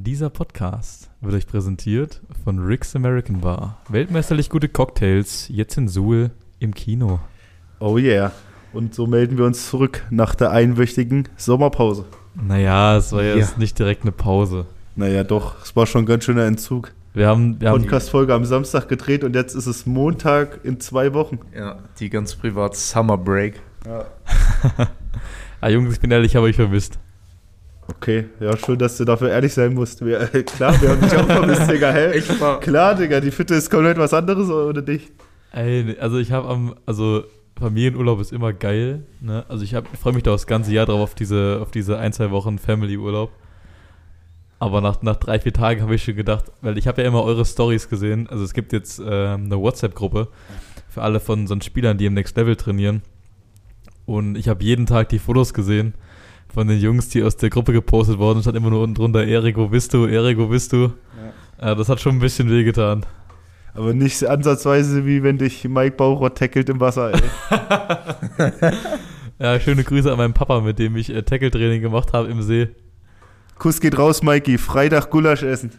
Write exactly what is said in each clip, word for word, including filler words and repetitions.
Dieser Podcast wird euch präsentiert von Rick's American Bar. Weltmeisterlich gute Cocktails, jetzt in Suhl im Kino. Oh yeah. Und so melden wir uns zurück nach der einwöchigen Sommerpause. Naja, es war ja Ja. jetzt nicht direkt eine Pause. Naja, doch, es war schon ein ganz schöner Entzug. Wir haben, wir haben Podcast-Folge am Samstag gedreht und jetzt ist es Montag in zwei Wochen. Ja, die ganz privat Summer Break. Ja. ah, Jungs, ich bin ehrlich, ich habe euch vermisst. Okay, ja, schön, dass du dafür ehrlich sein musst. Wir, äh, klar, wir haben dich auch vermisst, Digga. Hä? Ich war Klar, Digga, die Fitte ist komplett was anderes oder dich? Ey, also ich habe am, also Familienurlaub ist immer geil, ne? Also ich, hab- ich freue mich da das ganze Jahr drauf auf diese, auf diese ein, zwei Wochen Family-Urlaub. Aber nach, nach drei, vier Tagen habe ich schon gedacht, weil ich habe ja immer eure Stories gesehen. Also es gibt jetzt ähm, eine WhatsApp-Gruppe für alle von so Spielern, die im Next Level trainieren. Und ich habe jeden Tag die Fotos gesehen von den Jungs, die aus der Gruppe gepostet wurden. Stand immer nur unten drunter, Erik, wo bist du? Erik, wo bist du? Ja. Äh, das hat schon ein bisschen wehgetan. Aber nicht ansatzweise wie wenn dich Mike Baucher tackelt im Wasser, ey. Ja, schöne Grüße an meinen Papa, mit dem ich äh, Tackle-Training gemacht habe im See. Kuss geht raus, Mikey. Freitag Gulasch essen.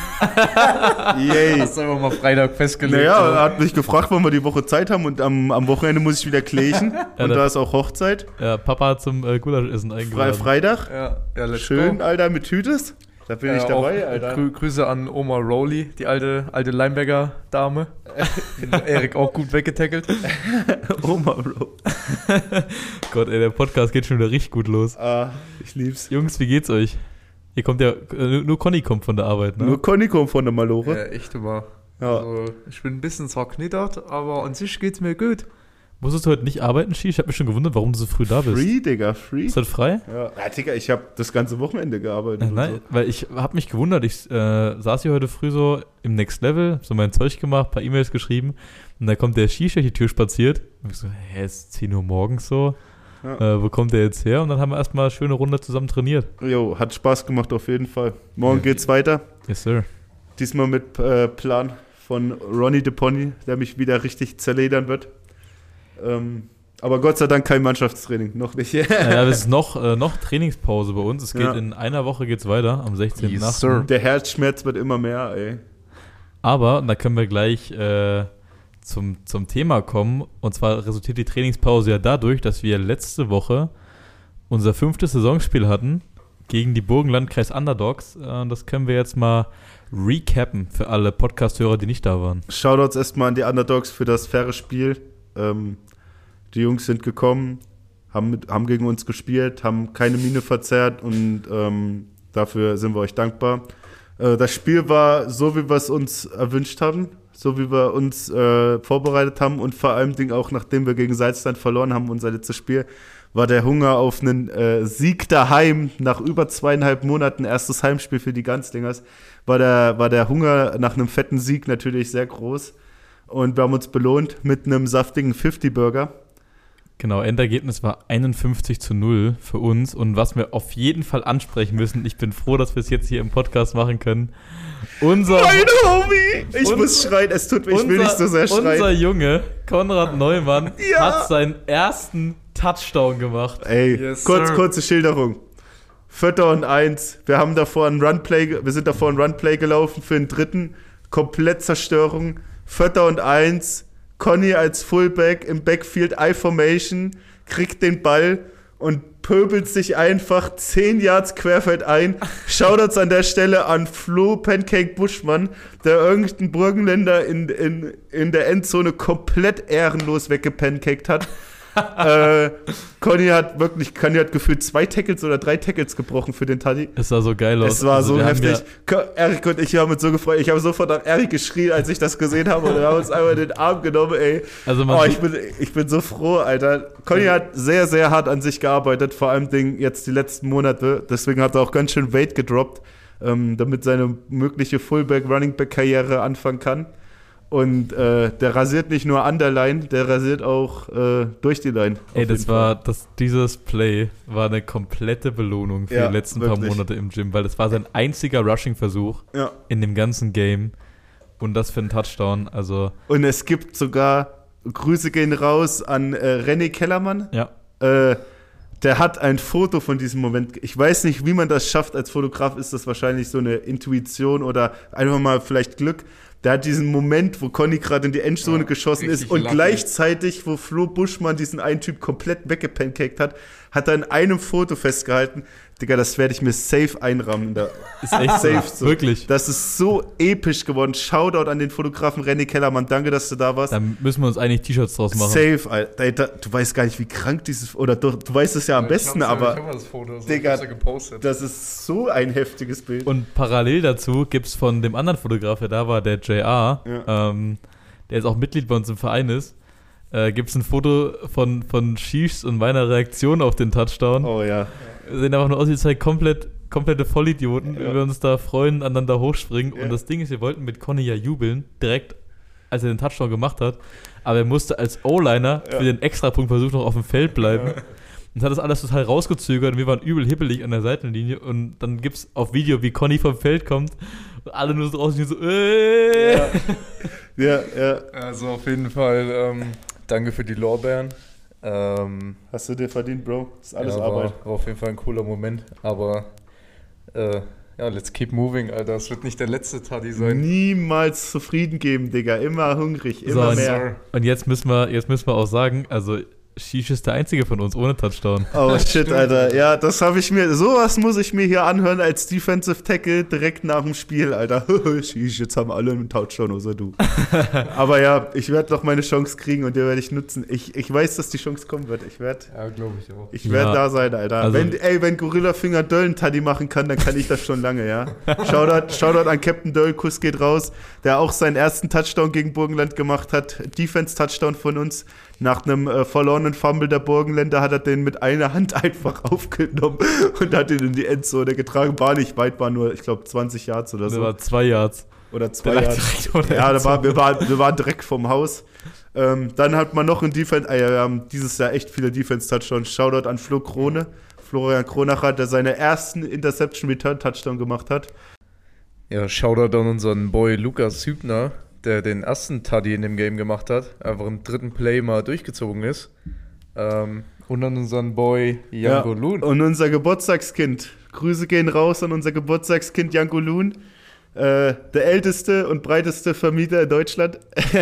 Yay. Hast du einfach mal Freitag festgelegt. Naja, oder? er hat mich gefragt, wann wir die Woche Zeit haben und am, am Wochenende muss ich wieder klächen. Ja, Und da- da ist auch Hochzeit. Ja, Papa hat zum äh, Gulaschessen Fre eingeladen. Freitag. Ja, ja, let's Schön, go. Alter, mit Tütes. Da bin ich Ja, dabei, auch Alter. Grü Grüße an Oma Rowley, die alte, alte Linebacker-Dame. Den Erik auch gut weggetackelt. Oma, Bro. Gott, ey, der Podcast geht schon wieder richtig gut los. Ah, ich lieb's. Jungs, wie geht's euch? Ihr kommt ja, äh, nur Conny kommt von der Arbeit, ne? Nur Conny kommt von der Ja, Malore. echt immer. Ja. Also, ich bin ein bisschen zerknittert, aber an sich geht's mir gut. Musstest du heute nicht arbeiten, Ski? Ich hab mich schon gewundert, warum du so früh da bist. Free, Digga, free. Ist das frei? Ja, ja Digga, ich hab das ganze Wochenende gearbeitet. Äh, und nein, weil ich hab mich gewundert. Ich äh, saß hier heute früh so im Next Level, so mein Zeug gemacht, paar E-Mails geschrieben und da kommt der Ski durch die Tür spaziert. Und ich so, hä, es ist zehn Uhr morgens so. Ja. Äh, wo kommt der jetzt her? Und dann haben wir erstmal eine schöne Runde zusammen trainiert. so. Jo, hat Spaß gemacht auf jeden Fall. Morgen geht's weiter. Yes, sir. Diesmal mit äh, Plan von Ronny de Pony, der mich wieder richtig zerledern wird. Ähm, aber Gott sei Dank kein Mannschaftstraining, noch nicht. Naja, es ist noch, äh, noch Trainingspause bei uns. Es geht Ja. in einer Woche geht's weiter, am sechzehnten Yes, achten sir. Der Herzschmerz wird immer mehr, ey. Aber da können wir gleich äh, zum, zum Thema kommen. Und zwar resultiert die Trainingspause ja dadurch, dass wir letzte Woche unser fünftes Saisonspiel hatten gegen die Burgenlandkreis Underdogs. Äh, das können wir jetzt mal recappen für alle Podcast-Hörer, die nicht da waren. Shoutouts erstmal an die Underdogs für das faire Spiel. Ähm, die Jungs sind gekommen, haben, mit, haben gegen uns gespielt, haben keine Mine verzerrt und ähm, dafür sind wir euch dankbar. Äh, das Spiel war so, wie wir es uns erwünscht haben, so wie wir uns äh, vorbereitet haben und vor allem Ding auch, nachdem wir gegen Salzland verloren haben, unser letztes Spiel, war der Hunger auf einen äh, Sieg daheim nach über zweieinhalb Monaten, erstes Heimspiel für die Ganzlingers, war der, war der Hunger nach einem fetten Sieg natürlich sehr groß. Und wir haben uns belohnt mit einem saftigen fünfzig-Burger. Genau, Endergebnis war einundfünfzig zu null für uns. Und was wir auf jeden Fall ansprechen müssen, ich bin froh, dass wir es jetzt hier im Podcast machen können. Unser, Meine Homie! Ich Unser- muss schreien, es tut mir, ich will nicht so sehr unser schreien. Junge, Konrad Neumann, Ja. hat seinen ersten Touchdown gemacht. Ey, Yes, kurz, sir. kurze Schilderung. Vierter und eins. Wir haben davor ein Runplay, wir sind davor ein Runplay gelaufen für den dritten. Komplett Zerstörung. Vierter und eins. Conny als Fullback im Backfield I-Formation kriegt den Ball und pöbelt sich einfach zehn Yards querfeld ein. Shoutouts an der Stelle an Flo Pancake Buschmann, der irgendeinen Burgenländer in, in, in der Endzone komplett ehrenlos weggepancaked hat. äh, Conny hat wirklich, Conny hat gefühlt zwei Tackles oder drei Tackles gebrochen für den Taddy. Es sah so geil aus. Es war Also so wir haben heftig. Ko- Erik und ich haben uns so gefreut. Ich habe sofort nach Erik geschrien, als ich das gesehen habe. Und wir haben uns einmal in den Arm genommen, ey. Also man Oh, sieht- ich bin, ich bin so froh, Alter. Conny hat sehr, sehr hart an sich gearbeitet, vor allem Dingen jetzt die letzten Monate. Deswegen hat er auch ganz schön Weight gedroppt, ähm, damit seine mögliche Fullback-Running-Back-Karriere anfangen kann. Und äh, der rasiert nicht nur an der Line, der rasiert auch äh, durch die Line. Ey, Auf das jeden war, das, dieses Play war eine komplette Belohnung für Ja, die letzten wirklich. paar Monate im Gym, weil das war sein einziger Rushing-Versuch Fall. Ja. in dem ganzen Game und das für einen Touchdown, also Und es gibt sogar, Grüße gehen raus an äh, René Kellermann, ja, äh, der hat ein Foto von diesem Moment. Ich weiß nicht, wie man das schafft. Als Fotograf ist das wahrscheinlich so eine Intuition oder einfach mal vielleicht Glück. Der hat diesen Moment, wo Conny gerade in die Endzone ja, geschossen ist und lachen. Gleichzeitig, wo Flo Buschmann diesen einen Typ komplett weggepancaked hat, hat er in einem Foto festgehalten. Digga, das werde ich mir safe einrahmen. Da ist echt safe, so. Wirklich. Das ist so episch geworden. Shoutout an den Fotografen René Kellermann. Danke, dass du da warst. Da müssen wir uns eigentlich T-Shirts draus machen. Safe, Alter. Du weißt gar nicht, wie krank dieses... Oder du, du weißt es ja am ja, besten, aber... Ich hab das Foto, das Digga, ja gepostet. Das ist so ein heftiges Bild. Und parallel dazu gibt es von dem anderen Fotograf, der da war, der J R, ja. ähm, der jetzt auch Mitglied bei uns im Verein ist, äh, gibt es ein Foto von, von Shish und meiner Reaktion auf den Touchdown. Oh ja. Wir sehen einfach nur aus wie zwei komplett, komplette Vollidioten, ja. wie wir uns da freuen, aneinander hochspringen. Ja. Und das Ding ist, wir wollten mit Conny ja jubeln, direkt als er den Touchdown gemacht hat. Aber er musste als O-Liner ja. für den Extrapunkt versuchen, noch auf dem Feld bleiben. Ja. Und hat das alles total rausgezögert und wir waren übel hippelig an der Seitenlinie. Und dann gibt es auf Video, wie Conny vom Feld kommt und alle nur so draußen so äh. ja. ja, ja. Also auf jeden Fall ähm, danke für die Lorbeeren. Ähm, Hast du dir verdient, Bro? Das ist alles ja, Arbeit. War, war auf jeden Fall ein cooler Moment. Aber äh, ja, let's keep moving, Alter. Das wird nicht der letzte Taddy sein. Niemals zufrieden geben, Digga. Immer hungrig, immer so, mehr. Und jetzt müssen wir, jetzt müssen wir auch sagen, also Shish ist der einzige von uns ohne Touchdown. Oh shit, Alter. Ja, das habe ich mir, sowas muss ich mir hier anhören als Defensive Tackle direkt nach dem Spiel, Alter. Shish, jetzt haben alle einen Touchdown, außer du. Aber ja, ich werde noch meine Chance kriegen und die werde ich nutzen. Ich, ich weiß, dass die Chance kommen wird. Ich werde ja, glaube ich auch. Ich werde ja. da sein, Alter. Also, wenn, ey, wenn Gorilla Finger Döllen Taddy machen kann, dann kann ich das schon lange, ja. Shoutout, Shoutout an Captain Döll, Kuss geht raus, der auch seinen ersten Touchdown gegen Burgenland gemacht hat. Defense-Touchdown von uns. Nach einem äh, verlorenen Fumble der Burgenländer hat er den mit einer Hand einfach aufgenommen und hat ihn in die Endzone getragen. War nicht weit, war nur, ich glaube, zwanzig Yards oder so. Das war zwei Yards. Oder zwei Yards. Ja, da war, wir, waren, wir waren direkt vom Haus. Ähm, dann hat man noch einen Defense, äh, wir haben dieses Jahr echt viele Defense-Touchdowns. Shoutout an Flo Krone, Florian Kronacher, der seine ersten Interception-Return-Touchdown gemacht hat. Ja, Shoutout an unseren Boy Lukas Hübner, der den ersten Tuddy in dem Game gemacht hat, einfach im dritten Play mal durchgezogen ist. Ähm, und an unseren Boy Janko ja, Loon. Und unser Geburtstagskind. Grüße gehen raus an unser Geburtstagskind Janko Loon. Äh, der älteste und breiteste Vermieter in Deutschland.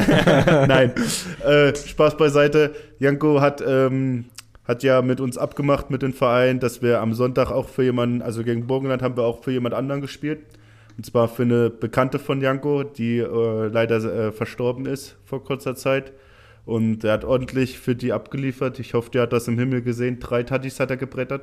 Nein, äh, Spaß beiseite. Janko hat, ähm, hat ja mit uns abgemacht, mit dem Verein, dass wir am Sonntag auch für jemanden, also gegen Burgenland haben wir auch für jemand anderen gespielt. Und zwar für eine Bekannte von Janko, die äh, leider äh, verstorben ist vor kurzer Zeit. Und er hat ordentlich für die abgeliefert. Ich hoffe, der hat das im Himmel gesehen. Drei Taddys hat er gebrettert.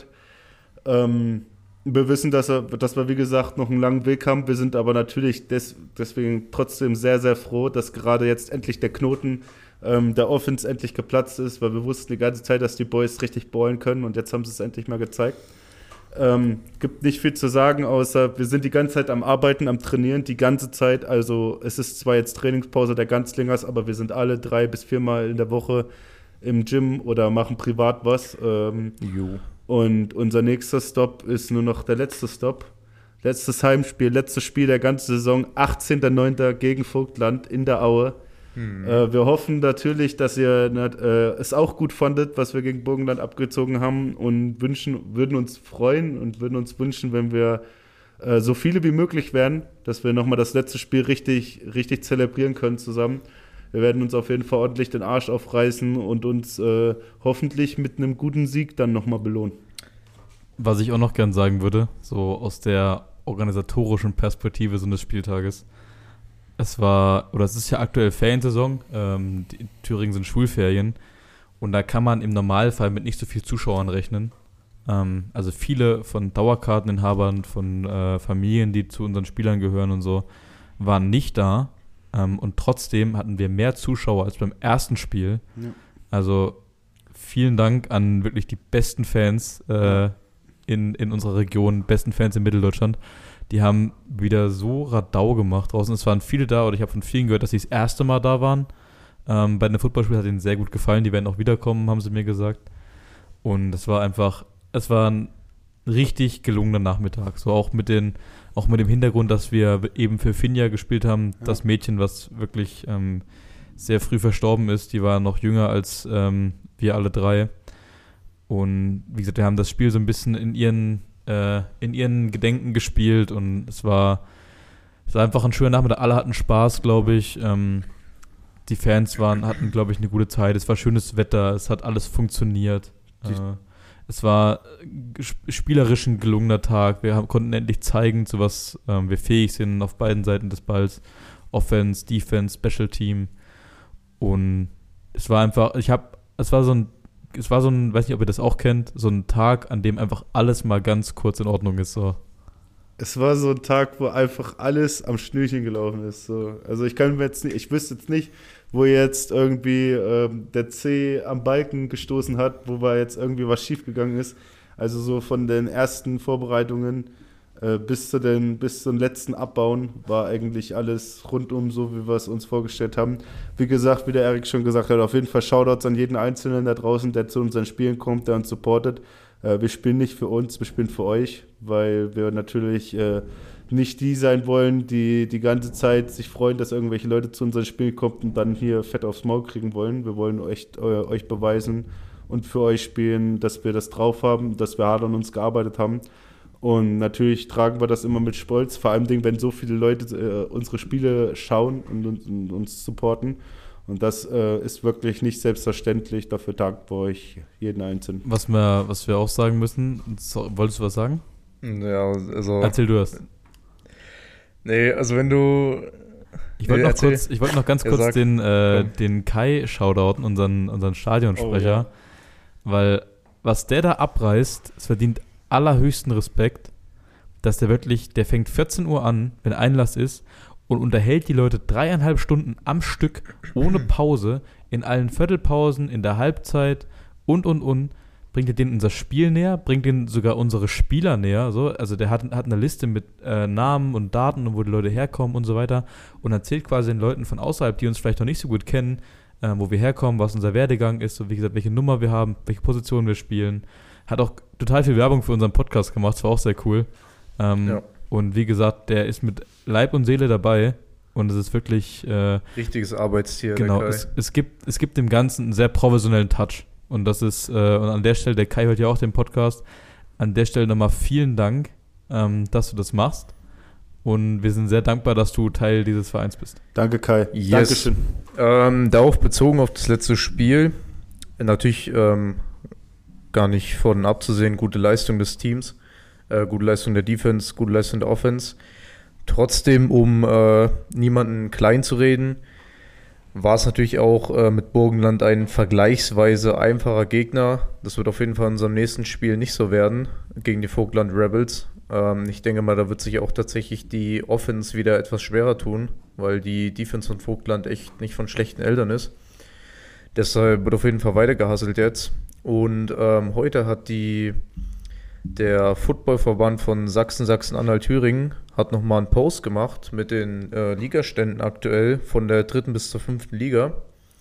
Ähm, wir wissen, dass, er, dass wir, wie gesagt, noch einen langen Weg haben. Wir sind aber natürlich des, deswegen trotzdem sehr, sehr froh, dass gerade jetzt endlich der Knoten ähm, der Offense endlich geplatzt ist, weil wir wussten die ganze Zeit, dass die Boys richtig ballen können. Und jetzt haben sie es endlich mal gezeigt. Ähm, gibt nicht viel zu sagen, außer wir sind die ganze Zeit am Arbeiten, am Trainieren, die ganze Zeit. Also es ist zwar jetzt Trainingspause der Ganzlingers, aber wir sind alle drei bis viermal in der Woche im Gym oder machen privat was. Ähm, und unser nächster Stop ist nur noch der letzte Stop. Letztes Heimspiel, letztes Spiel der ganzen Saison, achtzehnter neunter gegen Vogtland in der Aue. Hm. Äh, wir hoffen natürlich, dass ihr äh, es auch gut fandet, was wir gegen Burgenland abgezogen haben und wünschen, würden uns freuen und würden uns wünschen, wenn wir äh, so viele wie möglich wären, dass wir nochmal das letzte Spiel richtig, richtig zelebrieren können zusammen. Wir werden uns auf jeden Fall ordentlich den Arsch aufreißen und uns äh, hoffentlich mit einem guten Sieg dann nochmal belohnen. Was ich auch noch gern sagen würde, so aus der organisatorischen Perspektive so eines Spieltages. Es war, oder es ist ja aktuell Feriensaison, ähm, die, in Thüringen sind Schulferien und da kann man im Normalfall mit nicht so viel Zuschauern rechnen. Ähm, also viele von Dauerkarteninhabern, von äh, Familien, die zu unseren Spielern gehören und so, waren nicht da ähm, und trotzdem hatten wir mehr Zuschauer als beim ersten Spiel. Ja. Also vielen Dank an wirklich die besten Fans äh, in, in unserer Region, besten Fans in Mitteldeutschland. Die haben wieder so Radau gemacht draußen. Es waren viele da, oder ich habe von vielen gehört, dass sie das erste Mal da waren. Ähm, bei einem Footballspiel hat ihnen sehr gut gefallen. Die werden auch wiederkommen, haben sie mir gesagt. Und es war einfach, es war ein richtig gelungener Nachmittag. So auch mit den, auch mit dem Hintergrund, dass wir eben für Finja gespielt haben. Ja. Das Mädchen, was wirklich ähm, sehr früh verstorben ist, die war noch jünger als ähm, wir alle drei. Und wie gesagt, wir haben das Spiel so ein bisschen in ihren, äh, in ihren Gedenken gespielt und es war, es war einfach ein schöner Nachmittag. Alle hatten Spaß, glaube ich. Ähm, die Fans waren, hatten, glaube ich, eine gute Zeit. Es war schönes Wetter, es hat alles funktioniert. Äh, es war spielerisch ein gelungener Tag. Wir haben, konnten endlich zeigen, zu was ähm, wir fähig sind auf beiden Seiten des Balls. Offense, Defense, Special Team. Und es war einfach, ich habe, es war so ein, es war so ein, weiß nicht, ob ihr das auch kennt, so ein Tag, an dem einfach alles mal ganz kurz in Ordnung ist. So. Es war so ein Tag, wo einfach alles am Schnürchen gelaufen ist. So. Also ich kann mir jetzt nicht, ich wüsste jetzt nicht, wo jetzt irgendwie ähm, der C am Balken gestoßen hat, wo war jetzt irgendwie was schiefgegangen ist. Also so von den ersten Vorbereitungen äh, bis zu den bis zum letzten Abbauen war eigentlich alles rundum so, wie wir es uns vorgestellt haben. Wie gesagt, wie der Erik schon gesagt hat, auf jeden Fall Shoutouts an jeden Einzelnen da draußen, der zu unseren Spielen kommt, der uns supportet. Äh, wir spielen nicht für uns, wir spielen für euch, weil wir natürlich äh, nicht die sein wollen, die die ganze Zeit sich freuen, dass irgendwelche Leute zu unseren Spielen kommen und dann hier fett aufs Maul kriegen wollen. Wir wollen echt, äh, euch beweisen und für euch spielen, dass wir das drauf haben, dass wir hart an uns gearbeitet haben. Und natürlich tragen wir das immer mit Stolz, vor allem, wenn so viele Leute äh, unsere Spiele schauen und, und, und uns supporten. Und das äh, ist wirklich nicht selbstverständlich. Dafür danken wir euch jeden Einzelnen. Was wir, was wir auch sagen müssen, so, wolltest du was sagen? Ja, also. Erzähl du das. Nee, also wenn du. Ich wollte nee, noch, kurz, ich wollt noch ganz ja, kurz sag, den, äh, den Kai shoutouten, unseren, unseren Stadionsprecher, Oh, ja. weil was der da abreißt, es verdient allerhöchsten Respekt, dass der wirklich, der fängt vierzehn Uhr an, wenn Einlass ist, und unterhält die Leute dreieinhalb Stunden am Stück, ohne Pause, in allen Viertelpausen, in der Halbzeit und, und, und, bringt er denen unser Spiel näher, bringt denen sogar unsere Spieler näher, so. Also der hat, hat eine Liste mit äh, Namen und Daten und wo die Leute herkommen und so weiter und erzählt quasi den Leuten von außerhalb, die uns vielleicht noch nicht so gut kennen, äh, wo wir herkommen, was unser Werdegang ist, so wie gesagt, welche Nummer wir haben, welche Position wir spielen. Hat auch total viel Werbung für unseren Podcast gemacht, das war auch sehr cool. Ähm, ja. Und wie gesagt, der ist mit Leib und Seele dabei und es ist wirklich äh, richtiges Arbeitstier. Genau, es, es, gibt, es gibt dem Ganzen einen sehr professionellen Touch und das ist, äh, und an der Stelle, der Kai hört ja auch den Podcast, an der Stelle nochmal vielen Dank, ähm, dass du das machst und wir sind sehr dankbar, dass du Teil dieses Vereins bist. Danke Kai, yes. Dankeschön. Ähm, darauf bezogen auf das letzte Spiel, natürlich ähm, gar nicht von abzusehen, gute Leistung des Teams. Äh, gute Leistung der Defense, gute Leistung der Offense. Trotzdem, um äh, niemanden klein zu reden, war es natürlich auch äh, mit Burgenland ein vergleichsweise einfacher Gegner. Das wird auf jeden Fall in unserem nächsten Spiel nicht so werden, gegen die Vogtland Rebels. Ähm, ich denke mal, da wird sich auch tatsächlich die Offense wieder etwas schwerer tun, weil die Defense von Vogtland echt nicht von schlechten Eltern ist. Deshalb wird auf jeden Fall weiter gehasselt jetzt. Und ähm, heute hat die Der Footballverband von Sachsen, Sachsen-Anhalt, Thüringen hat nochmal einen Post gemacht mit den äh, Ligaständen aktuell von der dritten bis zur fünften Liga.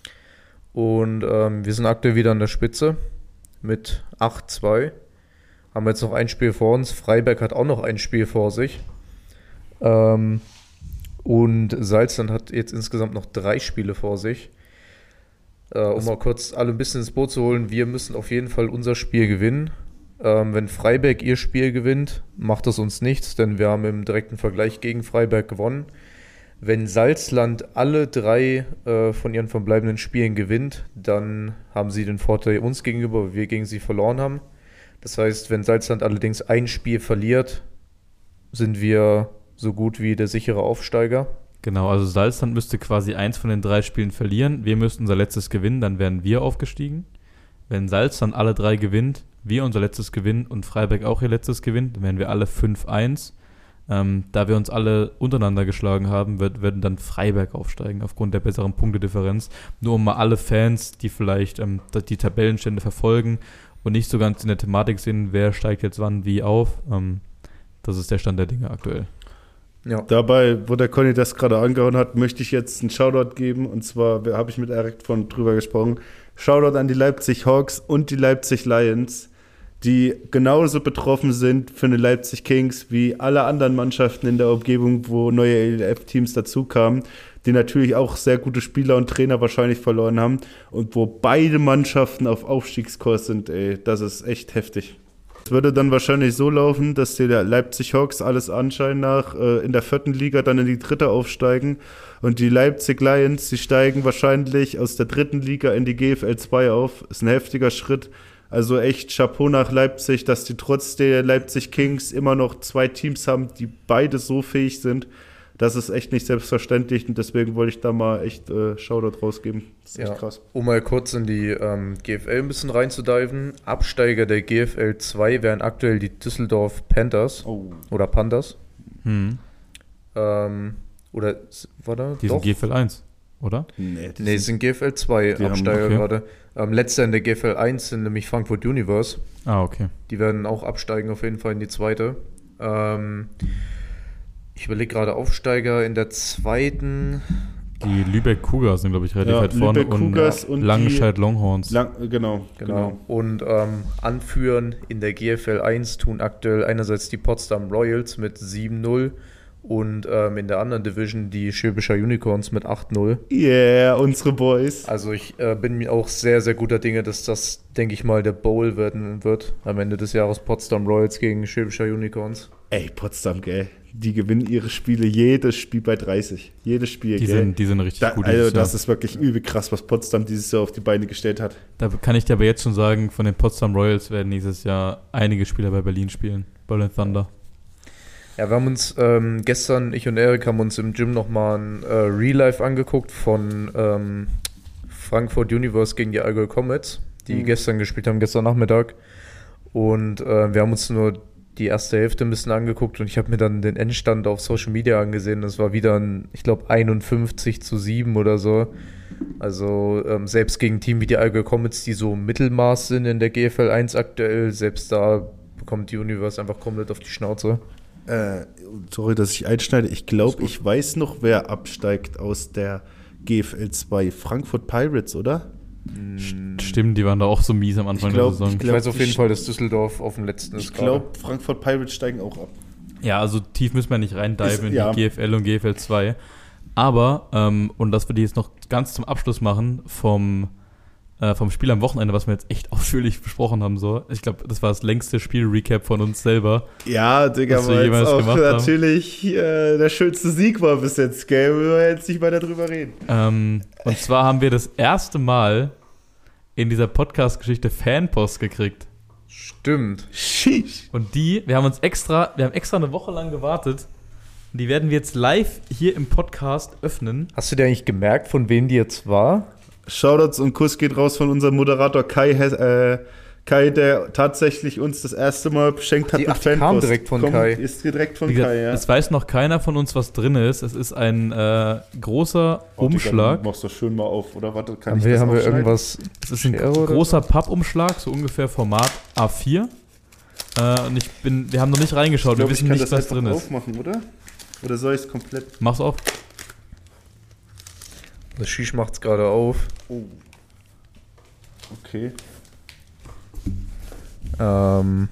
Und ähm, wir sind aktuell wieder an der Spitze mit acht zwei. Haben jetzt noch ein Spiel vor uns. Freiberg hat auch noch ein Spiel vor sich. Ähm, und Salzland hat jetzt insgesamt noch drei Spiele vor sich. Äh, um mal kurz alle ein bisschen ins Boot zu holen. Wir müssen auf jeden Fall unser Spiel gewinnen. Ähm, wenn Freiberg ihr Spiel gewinnt, macht das uns nichts, denn wir haben im direkten Vergleich gegen Freiberg gewonnen. Wenn Salzland alle drei äh, von ihren verbleibenden Spielen gewinnt, dann haben sie den Vorteil uns gegenüber, weil wir gegen sie verloren haben. Das heißt, wenn Salzland allerdings ein Spiel verliert, sind wir so gut wie der sichere Aufsteiger. Genau, also Salzland müsste quasi eins von den drei Spielen verlieren. Wir müssten unser letztes gewinnen, dann wären wir aufgestiegen. Wenn Salzland alle drei gewinnt, wir unser letztes gewinnen und Freiberg auch ihr letztes gewinnt, dann wären wir alle fünf eins. Ähm, da wir uns alle untereinander geschlagen haben, wird, werden dann Freiberg aufsteigen, aufgrund der besseren Punktedifferenz. Nur um mal alle Fans, die vielleicht ähm, die Tabellenstände verfolgen und nicht so ganz in der Thematik sind, wer steigt jetzt wann wie auf. Ähm, das ist der Stand der Dinge aktuell. Ja. Dabei, wo der Conny das gerade angehauen hat, möchte ich jetzt einen Shoutout geben. Und zwar habe ich mit Erik von drüber gesprochen. Shoutout an die Leipzig Hawks und die Leipzig Lions, die genauso betroffen sind für die Leipzig Kings wie alle anderen Mannschaften in der Umgebung, wo neue E L F-Teams dazu kamen. die natürlich auch sehr gute Spieler und Trainer wahrscheinlich verloren haben und wo beide Mannschaften auf Aufstiegskurs sind, ey, das ist echt heftig. Es würde dann wahrscheinlich so laufen, dass die Leipzig Hawks alles anscheinend nach äh, in der vierten Liga dann in die dritte aufsteigen und die Leipzig Lions, die steigen wahrscheinlich aus der dritten Liga in die G F L zwei auf. Ist ein heftiger Schritt. Also echt Chapeau nach Leipzig, dass die trotz der Leipzig Kings immer noch zwei Teams haben, die beide so fähig sind. Das ist echt nicht selbstverständlich und deswegen wollte ich da mal echt äh, Shoutout rausgeben. Das ist ja. echt krass. Um mal kurz in die ähm, G F L ein bisschen reinzudiven. Absteiger der G F L zwei wären aktuell die Düsseldorf Panthers Oh. oder Panthers. Hm. Ähm, oder war da? Die sind G F L eins, oder? Nee, die Nee, es sind G F L zwei Die haben- Absteiger okay. gerade. Ähm, letzter in der G F L eins sind nämlich Frankfurt Universe. Ah, okay. Die werden auch absteigen auf jeden Fall in die zweite. Ähm, ich überlege gerade Aufsteiger in der zweiten. Die Lübeck Cougars sind, glaube ich, relativ Ja, weit vorne Lübeck und, Cougars äh, und Langenscheid Longhorns. Lang, genau, Genau. genau. Und ähm, anführen in der G F L eins tun aktuell einerseits die Potsdam Royals mit sieben null und ähm, in der anderen Division die Schwäbischer Unicorns mit acht null. Yeah, unsere Boys. Also ich äh, bin mir auch sehr, sehr guter Dinge, dass das, denke ich mal, der Bowl werden wird am Ende des Jahres. Potsdam Royals gegen Schwäbischer Unicorns. Ey, Potsdam, gell. Die gewinnen ihre Spiele, jedes Spiel bei dreißig. Jedes Spiel, Die gell. sind, die sind richtig Da, gut. also dieses Jahr. das ist wirklich übel krass, was Potsdam dieses Jahr auf die Beine gestellt hat. Da kann ich dir aber jetzt schon sagen, von den Potsdam Royals werden nächstes Jahr einige Spieler bei Berlin spielen. Berlin Thunder. Ja, wir haben uns ähm, gestern, ich und Erik, haben uns im Gym nochmal ein äh, Real Life angeguckt von ähm, Frankfurt Universe gegen die Allgäu Comets, die Mhm. gestern gespielt haben, gestern Nachmittag. Und äh, wir haben uns nur die erste Hälfte ein bisschen angeguckt und ich habe mir dann den Endstand auf Social Media angesehen. Das war wieder ein, ich glaube, einundfünfzig zu sieben oder so. Also ähm, selbst gegen ein Team wie die Allgäu Comets, die so Mittelmaß sind in der G F L eins aktuell, selbst da bekommt die Universe einfach komplett auf die Schnauze. Äh, sorry, dass ich einschneide. Ich glaube, ich weiß noch, wer absteigt aus der G F L zwei. Frankfurt Pirates, oder? Stimmt, die waren da auch so mies am Anfang Ich glaub, der Saison. ich Ich glaub, weiß auf die jeden st- Fall, dass Düsseldorf auf dem letzten ist. Ich glaube, Frankfurt Pirates steigen auch ab. Ja, also tief müssen wir nicht Ist- reindiven in ja. die G F L und G F L zwei. Aber, ähm, und das würde ich jetzt noch ganz zum Abschluss machen, vom, äh, vom Spiel am Wochenende, was wir jetzt echt ausführlich besprochen haben. So. Ich glaube, das war das längste Spiel-Recap von uns selber. Ja, Digga, Was wir weil jemals jetzt auch gemacht haben. natürlich äh, der schönste Sieg war bis jetzt, gell? Wir wollen jetzt nicht weiter drüber reden. Ähm, und zwar haben wir das erste Mal in dieser Podcast-Geschichte Fanpost gekriegt. Stimmt. Sheesh. Und die, wir haben uns extra, wir haben extra eine Woche lang gewartet. Und die werden wir jetzt live hier im Podcast öffnen. Hast du dir eigentlich gemerkt, von wem die jetzt war? Shoutouts und Kuss geht raus von unserem Moderator Kai, äh, Kai, der tatsächlich uns das erste Mal beschenkt hat Die- mit ach, die kam Fanpost. direkt von Kommt- Kai. Ist direkt von Wie gesagt, Kai, ja. es weiß noch keiner von uns, was drin ist. Es ist ein äh, großer Umschlag. Machst du schön mal auf, oder? Warte, kann Haben ich wir, das haben wir aufschneiden? irgendwas? Es ist ein Schere oder großer Pappumschlag, so ungefähr Format A vier. Äh, und ich bin, wir haben noch nicht reingeschaut, Ich glaub, wir ich wissen kann nicht, das was einfach drin ist. aufmachen, oder? Oder soll ich es komplett? Mach's auf. Das Shish macht's gerade auf. Oh. Okay. Ähm,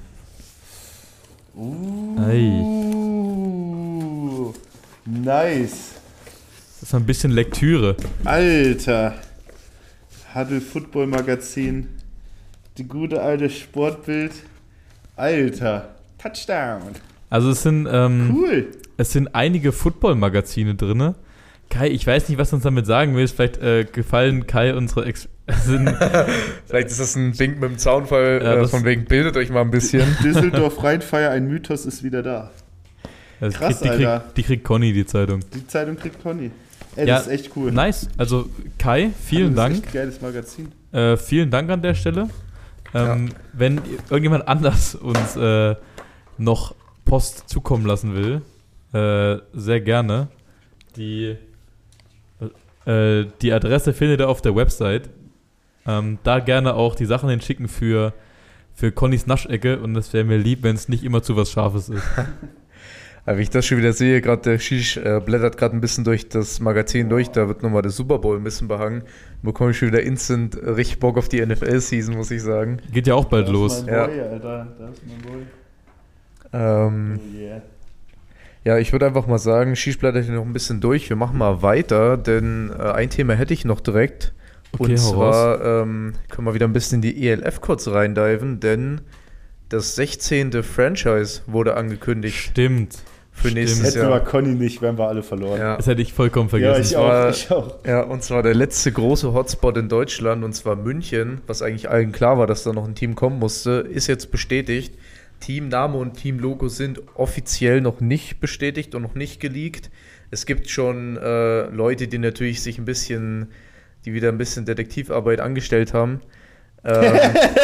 Ei. Uh, nice. Das ist ein bisschen Lektüre. Alter. Huddle Football Magazin. Die gute alte Sportbild. Alter. Touchdown. Also es sind, ähm, Cool. es sind einige Football-Magazine drin. Kai, ich weiß nicht, was du uns damit sagen willst. Vielleicht äh, gefallen Kai unsere Ex sind, vielleicht ist das ein Wink mit dem Zaunfall, Ja, äh, das- von wegen bildet euch mal ein bisschen. Düsseldorf Rheinfeier, ein Mythos ist wieder da. also Krass, die, Alter. kriegt, die kriegt Conny, die Zeitung. Die Zeitung kriegt Conny. Ey, Ja, das ist echt cool. Nice. Also Kai, vielen das ist Dank. echt ein geiles Magazin. Äh, vielen Dank an der Stelle. Ähm, Wenn irgendjemand anders uns äh, noch Post zukommen lassen will, äh, sehr gerne. Die, äh, die Adresse findet ihr auf der Website. Ähm, da gerne auch die Sachen hinschicken für, für Connys Naschecke und es wäre mir lieb, wenn es nicht immer zu was Scharfes ist. Aber wie ich das schon wieder sehe, gerade der Shish äh, blättert gerade ein bisschen durch das Magazin durch, da wird nochmal der Super Bowl ein bisschen behangen. Bekomme ich schon wieder instant richtig Bock auf die N F L-Season, muss ich sagen. Geht ja auch bald Da los. ist mein Ja. Boy, Alter. Da ist mein Boy. Ähm, Oh yeah. Ja, ich würde einfach mal sagen, Schießblätter noch ein bisschen durch. Wir machen mal weiter, denn äh, ein Thema hätte ich noch direkt. Okay, und hau zwar ähm, können wir wieder ein bisschen in die E L F kurz reindiven, denn das sechzehnte Franchise wurde angekündigt. Stimmt. Für Stimmt. nächstes Hätten Jahr. wir Conny nicht, wären wir alle verloren. Ja. Das hätte ich vollkommen Ja, vergessen. ich Das auch, war- ich auch. Ja, und zwar der letzte große Hotspot in Deutschland, und zwar München, was eigentlich allen klar war, dass da noch ein Team kommen musste, ist jetzt bestätigt. Teamname und Teamlogo sind offiziell noch nicht bestätigt und noch nicht geleakt. Es gibt schon äh, Leute, die natürlich sich ein bisschen, die wieder ein bisschen Detektivarbeit angestellt haben. Ähm,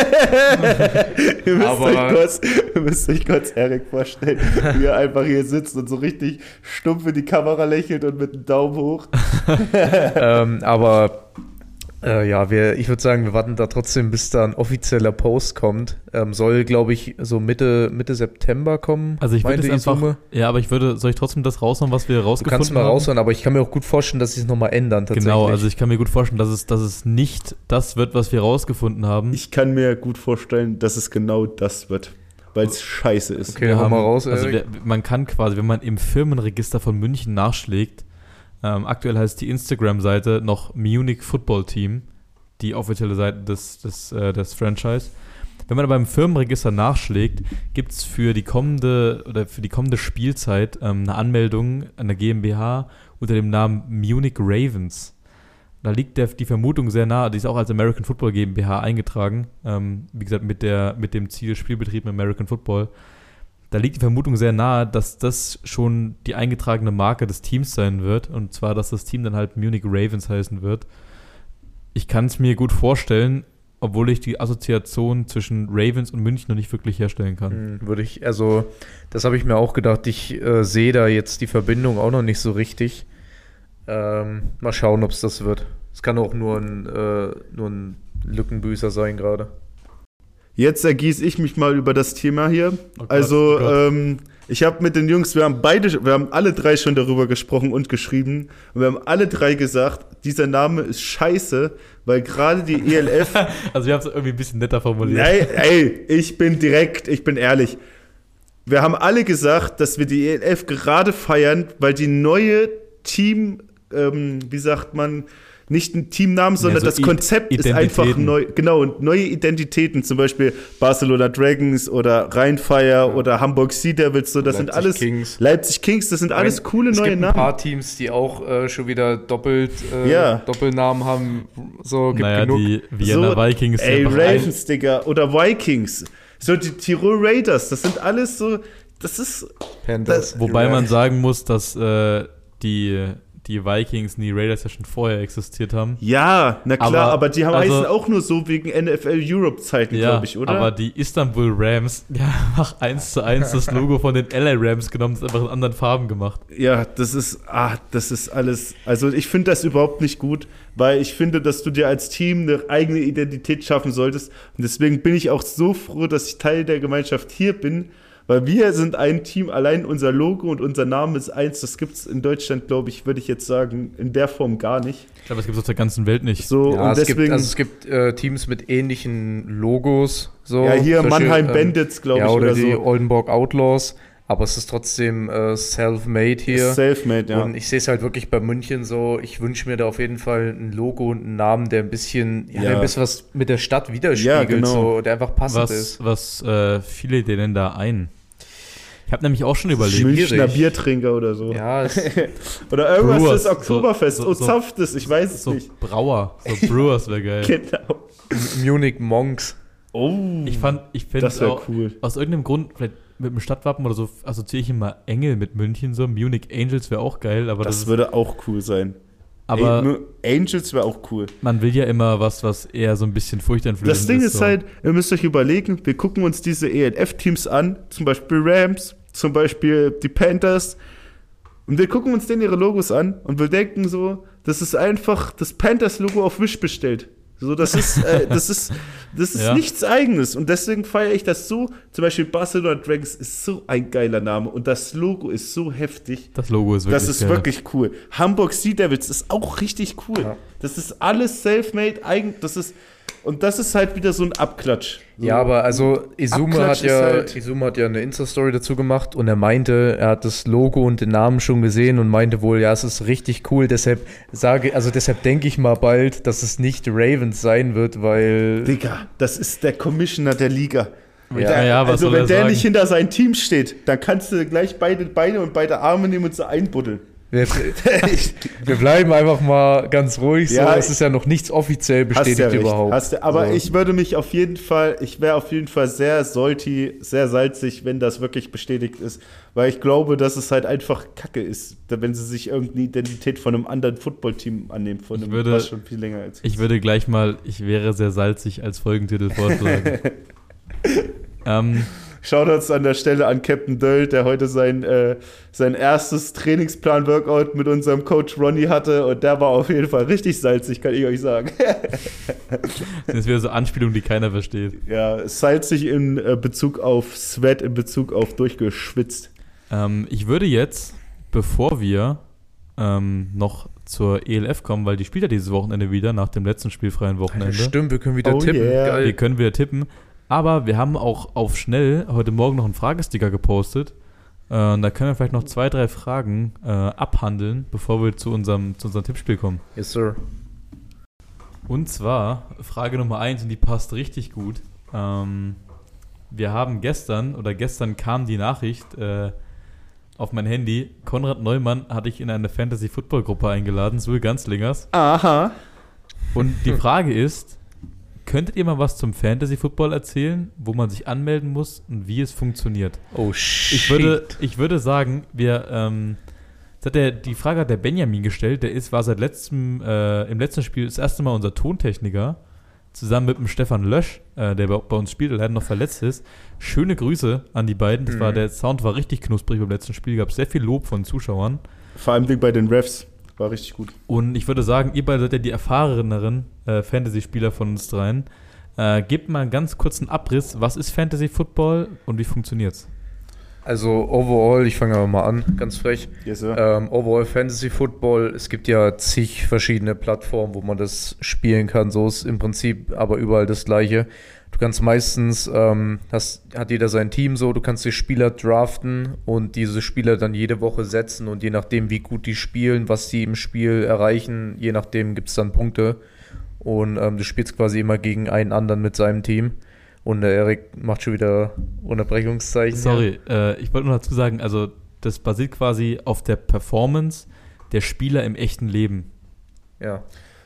Ihr müsst, Aber- euch kurz, ihr müsst euch kurz Erik vorstellen, wie er einfach hier sitzt und so richtig stumpf in die Kamera lächelt und mit dem Daumen hoch. ähm, aber äh, ja, wir, ich würde sagen, wir warten da trotzdem, bis da ein offizieller Post kommt. Ähm, soll, glaube ich, so Mitte, Mitte September kommen. Also ich würde meinte es einfach, Isume. ja, aber ich würde, soll ich trotzdem das raushauen, was wir Du rausgefunden kannst mal haben? raushören, aber ich kann mir auch gut vorstellen, dass sie es nochmal ändern tatsächlich. Genau, also ich kann mir gut vorstellen, dass es, dass es nicht das wird, was wir rausgefunden haben. Ich kann mir gut vorstellen, dass es genau das wird, weil es scheiße ist. Okay, Wir hau haben, mal raus, also Erik. wir, man kann quasi, wenn man im Firmenregister von München nachschlägt, ähm, aktuell heißt die Instagram-Seite noch Munich Football Team, die offizielle Seite des, des, äh, des Franchise. Wenn man aber im Firmenregister nachschlägt, gibt es für die kommende oder für die kommende Spielzeit ähm, eine Anmeldung an der GmbH unter dem Namen Munich Ravens. Da liegt der, die Vermutung sehr nah, die ist auch als American Football GmbH eingetragen, ähm, wie gesagt mit, der, mit dem Ziel Spielbetrieb im American Football. Da liegt die Vermutung sehr nahe, dass das schon die eingetragene Marke des Teams sein wird, und zwar, dass das Team dann halt Munich Ravens heißen wird. Ich kann es mir gut vorstellen, obwohl ich die Assoziation zwischen Ravens und München noch nicht wirklich herstellen kann. Hm, Würde ich, also, das habe ich mir auch gedacht. Ich äh, sehe da jetzt die Verbindung auch noch nicht so richtig. Ähm, mal schauen, ob es das wird. Es kann auch nur ein, äh, nur ein Lückenbüßer sein gerade. Jetzt ergieße ich mich mal über das Thema hier. Gott, also, oh Gott. ähm, ich habe mit den Jungs, wir haben beide, wir haben alle drei schon darüber gesprochen und geschrieben. Und wir haben alle drei gesagt, dieser Name ist scheiße, weil gerade die E L F. Also wir haben es irgendwie ein bisschen netter formuliert. Nein, ey, ich bin direkt, ich bin ehrlich. Wir haben alle gesagt, dass wir die E L F gerade feiern, weil die neue Team, ähm, wie sagt man, nicht ein Teamnamen, sondern so das I- Konzept ist einfach Identitäten. neu. Genau, neue Identitäten, zum Beispiel Barcelona Dragons oder Rheinfire oder Hamburg Sea Devils, so, das sind Leipzig alles Kings. Leipzig Kings, das sind alles coole es neue gibt Namen. ein paar Teams, die auch äh, schon wieder doppelt äh, Ja. Doppelnamen haben. So, gibt Naja, genug. die Vienna So, Vikings. ist Ey, einfach ein- Ravens, Digga, oder Vikings. So, die Tirol Raiders, das sind alles so, das ist, Panthers. Wobei man Ja. sagen muss, dass äh, die, die Vikings und die Raiders ja schon vorher existiert haben. ja, na klar, aber, Aber, die haben also- heißen auch nur so wegen N F L Europe-Zeiten, Ja, glaube ich, oder? aber die Istanbul Rams, die haben einfach eins zu eins das Logo von den L A Rams genommen, das einfach in anderen Farben gemacht. Ja, das ist, ah, das ist alles, also ich finde das überhaupt nicht gut, weil ich finde, dass du dir als Team eine eigene Identität schaffen solltest, und deswegen bin ich auch so froh, dass ich Teil der Gemeinschaft hier bin, weil wir sind ein Team, allein unser Logo und unser Name ist eins, das gibt es in Deutschland, glaube ich, würde ich jetzt sagen, in der Form gar nicht. Ich glaube, das gibt es auf der ganzen Welt nicht. So, Ja, und es deswegen, gibt, also es gibt äh, Teams mit ähnlichen Logos. So, ja, hier Zum Mannheim Beispiel, ähm, Bandits, glaube ja, ich, oder, oder, die so. Oldenburg Outlaws, aber es ist trotzdem äh, self-made hier. Selfmade, ja. Und ich sehe es halt wirklich bei München so, ich wünsche mir da auf jeden Fall ein Logo und einen Namen, der ein bisschen, ja, Ja. Der ein bisschen was mit der Stadt widerspiegelt, Ja, genau. so, der einfach passend Was, ist. was äh, fiel dir denn da ein? Ich habe nämlich auch schon überlegt. Münchner schwierig. Biertrinker oder so. Ja, es, Oder irgendwas Brewers, ist Oktoberfest, so- oh, so- Zapftes, ich weiß es So nicht. Brauer, so Brewers wäre geil. Genau. Munich Monks. Oh, Ich fand, ich finde das wäre auch, cool. aus irgendeinem Grund, vielleicht mit dem Stadtwappen oder so, assoziiere ich immer Engel mit München, so Munich Angels wäre auch geil, aber das, Das ist, würde auch cool sein. aber Ey, Angels wäre auch cool. man will ja immer was, was eher so ein bisschen furchteinflößend Das Ding ist so. halt, ihr müsst euch überlegen, wir gucken uns diese E L F-Teams an, zum Beispiel Rams, zum Beispiel die Panthers, und wir gucken uns denen ihre Logos an und wir denken so, das ist einfach das Panthers-Logo auf Wish bestellt. So, das ist, äh, das ist, das ist Ja. nichts Eigenes, und deswegen feiere ich das so. Zum Beispiel Barcelona Dragons ist so ein geiler Name und das Logo ist so heftig. Das Logo ist wirklich Das ist geil. wirklich cool. Hamburg Sea Devils ist auch richtig cool. Ja. Das ist alles self-made, eigen, das ist, Und das ist halt wieder so ein Abklatsch. So. Ja, aber also Izuma Abklatsch hat, ja, halt Izuma hat ja eine Insta-Story dazu gemacht und er meinte, er hat das Logo und den Namen schon gesehen und meinte wohl, ja, es ist richtig cool, deshalb sage, also deshalb denke ich mal bald, dass es nicht Ravens sein wird, weil... Digga, das ist der Commissioner der Liga. Ja, der, ja, was also soll wenn er der sagen? nicht hinter seinem Team steht, dann kannst du gleich beide Beine und beide Arme nehmen und so einbuddeln. Wir, wir bleiben einfach mal ganz ruhig, so. Ja, Es ist ja noch nichts offiziell bestätigt Hast ja recht, überhaupt. Hast du, aber so. ich würde mich auf jeden Fall, ich wäre auf jeden Fall sehr salty, sehr salzig, wenn das wirklich bestätigt ist, weil ich glaube, dass es halt einfach Kacke ist, wenn sie sich irgendeine Identität von einem anderen Footballteam annehmen, von Ich einem, würde- was schon viel länger als Ich würde gleich mal, ich wäre sehr salzig als Folgentitel vorschlagen. ähm, Shoutouts an der Stelle an Captain Döll, der heute sein, äh, sein erstes Trainingsplan-Workout mit unserem Coach Ronny hatte und der war auf jeden Fall richtig salzig, kann ich euch sagen. das ist wieder so Anspielungen, die keiner versteht. Ja, salzig in äh, Bezug auf Sweat, in Bezug auf durchgeschwitzt. Ähm, ich würde jetzt, bevor wir ähm, noch zur E L F kommen, weil die spielt ja dieses Wochenende wieder, nach dem letzten spielfreien Wochenende. Stimmt, wir können wieder Oh tippen. yeah. Geil. Wir können wieder tippen. Aber wir haben auch auf schnell heute Morgen noch einen Fragesticker gepostet. Äh, und da können wir vielleicht noch zwei, drei Fragen äh, abhandeln, bevor wir zu unserem, zu unserem Tippspiel kommen. Yes, sir. Und zwar Frage Nummer eins, und die passt richtig gut. Ähm, wir haben gestern, oder gestern kam die Nachricht äh, auf mein Handy, Konrad Neumann hatte ich in eine Fantasy-Football-Gruppe eingeladen, Sul Ganzlingers. Aha. Und die Frage ist, könntet ihr mal was zum Fantasy-Football erzählen, wo man sich anmelden muss und wie es funktioniert? Oh, shit. Ich würde, ich würde sagen, wir, ähm, das hat der, die Frage hat der Benjamin gestellt, der ist, war seit letztem, äh, im letzten Spiel das erste Mal unser Tontechniker, zusammen mit dem Stefan Lösch, äh, der bei, bei uns spielt, der leider noch verletzt ist. Schöne Grüße an die beiden, das Mhm. war, der Sound war richtig knusprig beim letzten Spiel, gab sehr viel Lob von Zuschauern. Vor allem bei den Refs. War richtig gut. Und ich würde sagen, ihr beide seid ja die erfahreneren äh, Fantasy-Spieler von uns dreien. Äh, gebt mal einen ganz kurzen Abriss. Was ist Fantasy Football und wie funktioniert's? Also overall, ich fange aber mal an, ganz frech. Yes, sir. Ähm, overall Fantasy Football, es gibt ja zig verschiedene Plattformen, wo man das spielen kann. So ist im Prinzip aber überall das Gleiche. Du kannst meistens, ähm, hast, hat jeder sein Team so, du kannst die Spieler draften und diese Spieler dann jede Woche setzen und je nachdem, wie gut die spielen, was die im Spiel erreichen, je nachdem gibt es dann Punkte. Und ähm, du spielst quasi immer gegen einen anderen mit seinem Team. Und der Erik macht schon wieder Unterbrechungszeichen. Sorry, äh, ich wollte nur dazu sagen, also das basiert quasi auf der Performance der Spieler im echten Leben. Ja.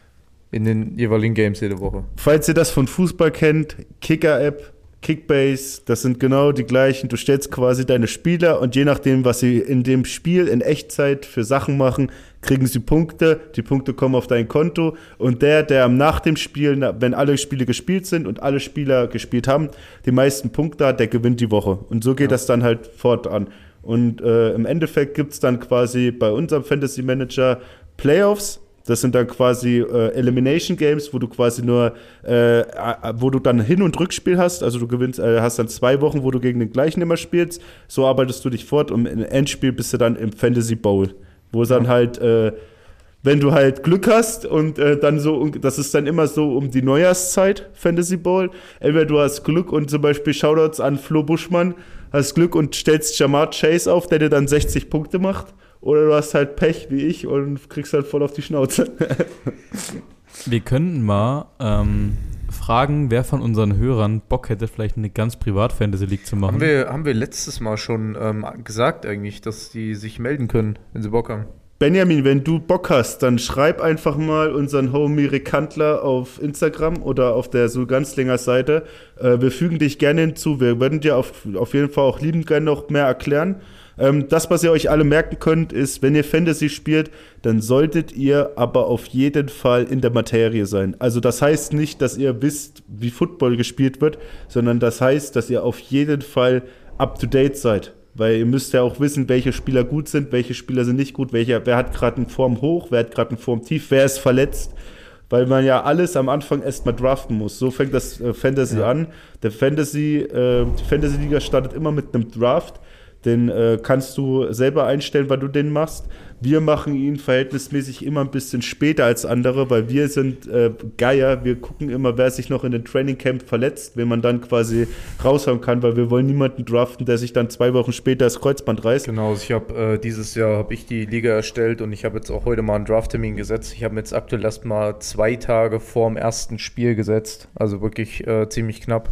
In den jeweiligen Games jede Woche. Falls ihr das von Fußball kennt, Kicker-App, Kickbase, das sind genau die gleichen. Du stellst quasi deine Spieler und je nachdem, was sie in dem Spiel in Echtzeit für Sachen machen, kriegen sie Punkte. Die Punkte kommen auf dein Konto und der, der nach dem Spiel, wenn alle Spiele gespielt sind und alle Spieler gespielt haben, die meisten Punkte hat, der gewinnt die Woche. Und so geht Ja. das dann halt fortan. Und äh, im Endeffekt gibt es dann quasi bei unserem Fantasy Manager Playoffs. Das sind dann quasi äh, Elimination Games, wo du quasi nur, äh, wo du dann Hin- und Rückspiel hast. Also du gewinnst, äh, hast dann zwei Wochen, wo du gegen den gleichen immer spielst. So arbeitest du dich fort und im Endspiel bist du dann im Fantasy Bowl, wo es dann halt, äh, wenn du halt Glück hast und äh, dann so, das ist dann immer so um die Neujahrszeit, Fantasy Bowl. Entweder du hast Glück und zum Beispiel Shoutouts an Flo Buschmann, hast Glück und stellst Jamar Chase auf, der dir dann sechzig Punkte macht. Oder du hast halt Pech wie ich und kriegst halt voll auf die Schnauze. Wir könnten mal ähm, fragen, wer von unseren Hörern Bock hätte, vielleicht eine ganz privat Fantasy League zu machen. Haben wir, haben wir letztes Mal schon ähm, gesagt eigentlich, dass die sich melden können, wenn sie Bock haben. Benjamin, wenn du Bock hast, dann schreib einfach mal unseren Homie Rick Handler auf Instagram oder auf der Sul-Ganzlinger Seite. Äh, wir fügen dich gerne hinzu. Wir würden dir auf, auf jeden Fall auch liebend gerne noch mehr erklären. Ähm, das, was ihr euch alle merken könnt, ist, wenn ihr Fantasy spielt, dann solltet ihr aber auf jeden Fall in der Materie sein. Also das heißt nicht, dass ihr wisst, wie Football gespielt wird, sondern das heißt, dass ihr auf jeden Fall up-to-date seid. Weil ihr müsst ja auch wissen, welche Spieler gut sind, welche Spieler sind nicht gut, welcher, wer hat gerade einen Form hoch, wer hat gerade einen Form tief, wer ist verletzt. Weil man ja alles am Anfang erstmal draften muss. So fängt das äh, Fantasy Ja. an. Der Fantasy, äh, die Fantasy-Liga startet immer mit einem Draft. Den äh, kannst du selber einstellen, wann du den machst. Wir machen ihn verhältnismäßig immer ein bisschen später als andere, weil wir sind äh, Geier. Wir gucken immer, wer sich noch in den Training Camp verletzt, wenn man dann quasi raushauen kann, weil wir wollen niemanden draften, der sich dann zwei Wochen später das Kreuzband reißt. Genau, ich habe äh, dieses Jahr habe ich die Liga erstellt und ich habe jetzt auch heute mal einen Drafttermin gesetzt. Ich habe jetzt aktuell erst mal zwei Tage vorm ersten Spiel gesetzt, also wirklich äh, ziemlich knapp,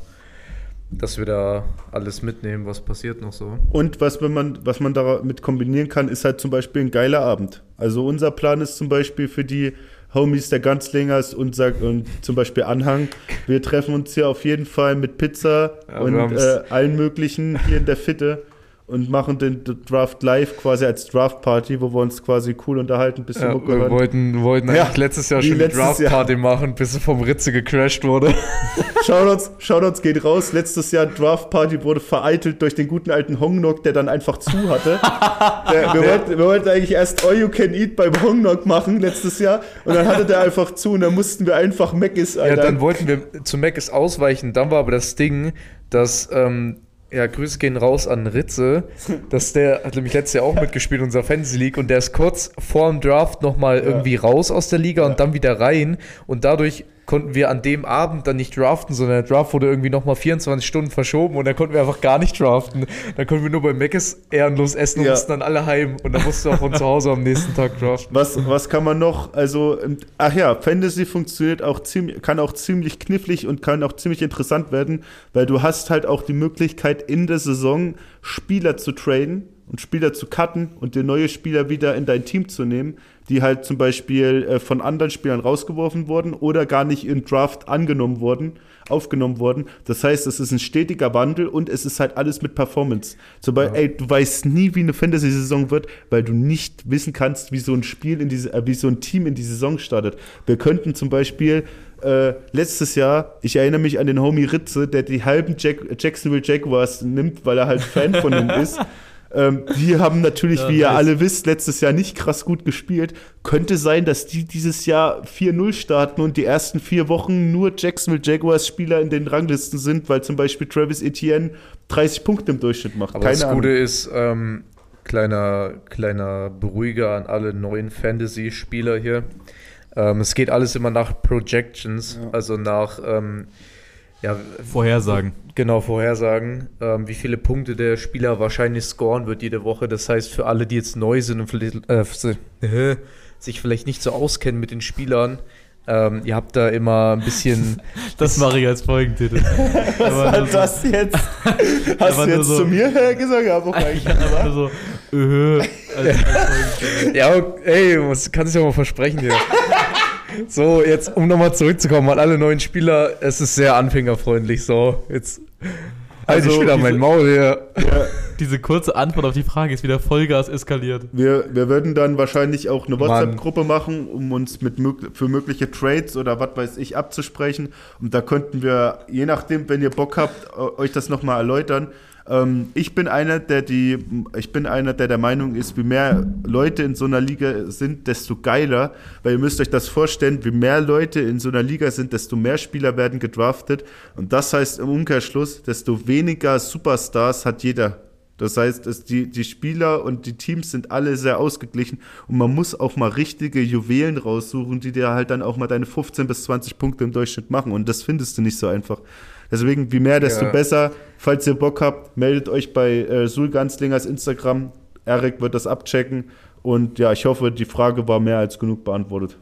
dass wir da alles mitnehmen, was passiert noch so. Und was, wenn man, was man damit kombinieren kann, ist halt zum Beispiel ein geiler Abend. Also unser Plan ist zum Beispiel für die Homies der Ganzlingers und, und zum Beispiel Anhang, wir treffen uns hier auf jeden Fall mit Pizza ja, und äh, allen möglichen hier in der Fitte und machen den Draft live quasi als Draft-Party, wo wir uns quasi cool unterhalten, ein bisschen ja, Mucke wir hören. wollten, wollten eigentlich ja, letztes Jahr schon eine Draft-Party machen, bis sie vom Ritze gecrashed wurde. Shoutouts, Shoutouts geht raus. Letztes Jahr Draft-Party wurde vereitelt durch den guten alten Hongnok, der dann einfach zu hatte. der, wir, wollten, wir wollten eigentlich erst All You Can Eat beim Hongnok machen letztes Jahr und dann hatte der einfach zu und dann mussten wir einfach Mc's. Ja, dann wollten wir zu Mc's ausweichen. Dann war aber das Ding, dass ähm, ja, Grüße gehen raus an Ritze, dass der hat nämlich letztes Jahr auch mitgespielt in unserer Fantasy League und der ist kurz vor dem Draft nochmal ja. irgendwie raus aus der Liga ja. und dann wieder rein und dadurch konnten wir an dem Abend dann nicht draften, sondern der Draft wurde irgendwie nochmal vierundzwanzig Stunden verschoben und dann konnten wir einfach gar nicht draften. Dann konnten wir nur bei Mc's ehrenlos essen und ja. mussten dann alle heim und dann mussten wir auch von zu Hause am nächsten Tag draften. Was, was kann man noch, also, ach ja, Fantasy funktioniert auch ziemlich, kann auch ziemlich knifflig und kann auch ziemlich interessant werden, weil du hast halt auch die Möglichkeit in der Saison Spieler zu traden und Spieler zu cutten und dir neue Spieler wieder in dein Team zu nehmen, die halt zum Beispiel äh, von anderen Spielern rausgeworfen wurden oder gar nicht im Draft angenommen wurden, aufgenommen wurden. Das heißt, es ist ein stetiger Wandel und es ist halt alles mit Performance. Zum Beispiel, ja. ey, du weißt nie, wie eine Fantasy-Saison wird, weil du nicht wissen kannst, wie so ein Spiel in diese, äh, wie so ein Team in die Saison startet. Wir könnten zum Beispiel äh, letztes Jahr, ich erinnere mich an den Homie Ritze, der die halben Jack- Jacksonville Jaguars nimmt, weil er halt Fan von ihm ist. Ähm, die haben natürlich, ja, wie ihr alle wisst, letztes Jahr nicht krass gut gespielt. Könnte sein, dass die dieses Jahr vier null starten und die ersten vier Wochen nur Jacksonville Jaguars Spieler in den Ranglisten sind, weil zum Beispiel Travis Etienne dreißig Punkte im Durchschnitt macht. Aber Keine das Gute Ahnung. ist, ähm, kleiner, kleiner Beruhiger an alle neuen Fantasy-Spieler hier. Ähm, es geht alles immer nach Projections, ja. also nach ähm, ja, Vorhersagen. Genau, Vorhersagen, ähm, wie viele Punkte der Spieler wahrscheinlich scoren wird jede Woche. Das heißt, für alle, die jetzt neu sind und vielleicht, äh, sich vielleicht nicht so auskennen mit den Spielern, ähm, ihr habt da immer ein bisschen... Das mache ich als Folgentitel. Was war so, das jetzt? Hast du jetzt so, zu mir gesagt? Ja, aber eigentlich aber so, äh, als, als ja, ey, was kannst du ja mal versprechen hier. So, jetzt, um nochmal zurückzukommen an alle neuen Spieler, es ist sehr anfängerfreundlich, so, jetzt, also, ich wieder mein Maul hier. Ja. Diese kurze Antwort auf die Frage ist wieder Vollgas eskaliert. Wir, wir würden dann wahrscheinlich auch eine WhatsApp-Gruppe machen, um uns mit für mögliche Trades oder was weiß ich abzusprechen. Und da könnten wir, je nachdem, wenn ihr Bock habt, euch das nochmal erläutern. Ähm, ich bin einer, der die, ich bin einer, der der Meinung ist, wie mehr Leute in so einer Liga sind, desto geiler. Weil ihr müsst euch das vorstellen, wie mehr Leute in so einer Liga sind, desto mehr Spieler werden gedraftet. Und das heißt im Umkehrschluss, desto weniger Superstars hat jeder. Das heißt, es, die, die Spieler und die Teams sind alle sehr ausgeglichen und man muss auch mal richtige Juwelen raussuchen, die dir halt dann auch mal deine fünfzehn bis zwanzig Punkte im Durchschnitt machen und das findest du nicht so einfach. Deswegen, wie mehr, desto ja. besser. Falls ihr Bock habt, meldet euch bei äh, Sul Ganzlingers Instagram. Erik wird das abchecken und ja, ich hoffe, die Frage war mehr als genug beantwortet.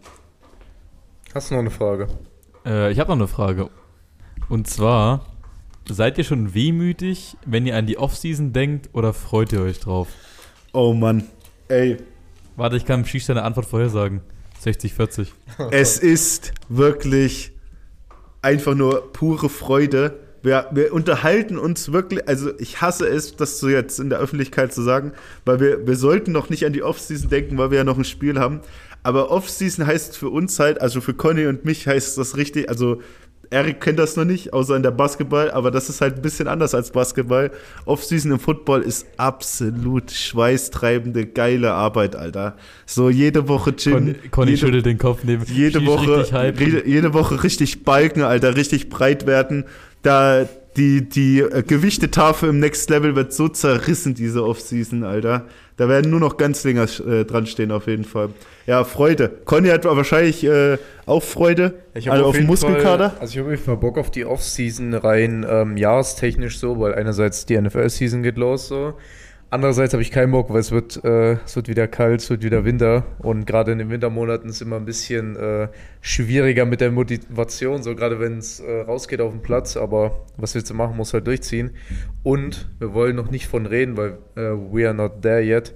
Hast du noch eine Frage? Äh, ich habe noch eine Frage. Und zwar... Seid ihr schon wehmütig, wenn ihr an die Offseason denkt, oder freut ihr euch drauf? Oh Mann, ey. Warte, ich kann Schicht deine Antwort vorhersagen. sechzig vierzig. Es ist wirklich einfach nur pure Freude. Wir, wir unterhalten uns wirklich, also ich hasse es, das so jetzt in der Öffentlichkeit zu sagen, weil wir, wir sollten noch nicht an die Offseason denken, weil wir ja noch ein Spiel haben. Aber Offseason heißt für uns halt, also für Conny und mich heißt das richtig, also Erik kennt das noch nicht, außer in der Basketball, aber das ist halt ein bisschen anders als Basketball. Offseason im Football ist absolut schweißtreibende, geile Arbeit, Alter. So jede Woche chillen. Con- Conny jede, schüttelt den Kopf neben. Jede Woche, jede, jede Woche richtig balken, Alter, richtig breit werden. Da, die, die äh, Gewichtettafel im Next Level wird so zerrissen, diese Offseason, Alter. Da werden nur noch Ganzlinger äh, dran stehen, auf jeden Fall. Ja, Freude. Conny hat wahrscheinlich äh, auch Freude. Ich habe also auf, auf den jeden Muskelkader. Fall, also ich habe auf jeden Fall Bock auf die Offseason rein ähm, jahrestechnisch so, weil einerseits die N F L-Season geht los so. Andererseits habe ich keinen Bock, weil es wird, äh, es wird wieder kalt, es wird wieder Winter und gerade in den Wintermonaten ist es immer ein bisschen äh, schwieriger mit der Motivation, so gerade wenn es äh, rausgeht auf den Platz, aber was willst du machen, muss halt durchziehen und wir wollen noch nicht von reden, weil äh, we are not there yet,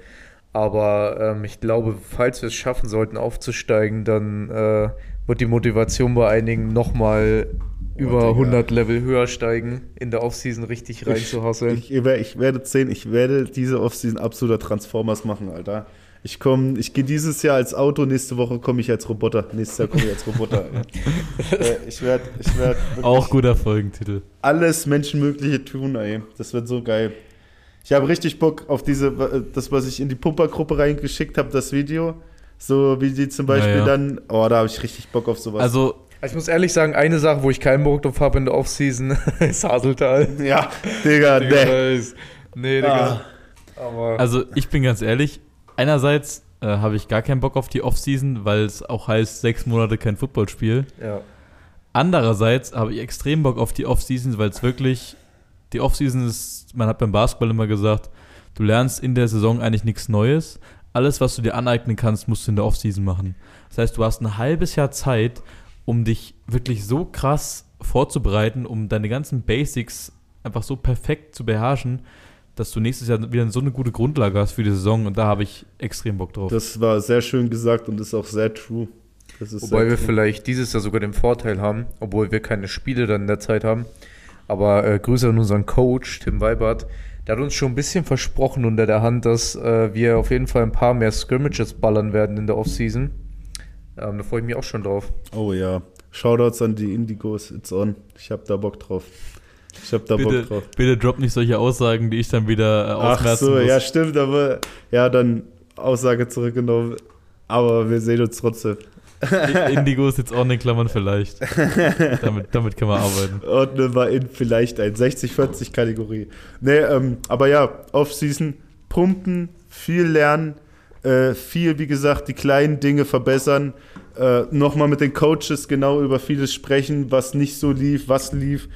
aber ähm, ich glaube, falls wir es schaffen sollten aufzusteigen, dann äh, wird die Motivation bei einigen nochmal über Digga. hundert Level höher steigen, in der Offseason richtig reinzuhasseln. Ich, ich, ich werde sehen, ich werde diese Offseason absoluter Transformers machen, Alter. Ich komme, ich gehe dieses Jahr als Auto, nächste Woche komme ich als Roboter. Nächstes Jahr komme ich als Roboter. äh, ich werde ich werd Auch guter Folgentitel. alles Menschenmögliche tun, ey. Das wird so geil. Ich habe richtig Bock auf diese, das, was ich in die Pumpergruppe reingeschickt habe, das Video. So wie die zum Beispiel Ja, ja. dann, oh, da habe ich richtig Bock auf sowas. Also, Ich muss ehrlich sagen, eine Sache, wo ich keinen Bock drauf habe in der Offseason, ist Haseltal. ja, Digga, Digga, ne. weiß. Nee, Digga. Aber also ich bin ganz ehrlich, einerseits äh, habe ich gar keinen Bock auf die Offseason, weil es auch heißt, sechs Monate kein Footballspiel. ja. Andererseits habe ich extrem Bock auf die Offseason, weil es wirklich, die Offseason ist, man hat beim Basketball immer gesagt, du lernst in der Saison eigentlich nichts Neues. Alles, was du dir aneignen kannst, musst du in der Offseason machen. Das heißt, du hast ein halbes Jahr Zeit, um dich wirklich so krass vorzubereiten, um deine ganzen Basics einfach so perfekt zu beherrschen, dass du nächstes Jahr wieder so eine gute Grundlage hast für die Saison und da habe ich extrem Bock drauf. Das war sehr schön gesagt und ist auch sehr true. Das ist Wobei sehr wir true. vielleicht dieses Jahr sogar den Vorteil haben, obwohl wir keine Spiele dann in der Zeit haben. Aber äh, Grüße an unseren Coach, Tim Weibert. Der hat uns schon ein bisschen versprochen unter der Hand, dass äh, wir auf jeden Fall ein paar mehr Scrimmages ballern werden in der Offseason. Ähm, da freue ich mich auch schon drauf. Oh ja. Shoutouts an die Indigos, it's on. Ich hab da Bock drauf. Ich hab da bitte, Bock drauf. bitte drop nicht solche Aussagen, die ich dann wieder äh, Ach ausmerzen so, muss. ja stimmt, aber ja, dann Aussage zurückgenommen. Aber wir sehen uns trotzdem. Indigo ist jetzt auch in den Klammern vielleicht. damit, damit kann man arbeiten. Ordnen wir in vielleicht ein sechzig vierzig Kategorie. Nee, ähm, aber ja, Offseason, pumpen, viel lernen, äh, viel, wie gesagt, die kleinen Dinge verbessern, äh, nochmal mit den Coaches genau über vieles sprechen, was nicht so lief, was lief,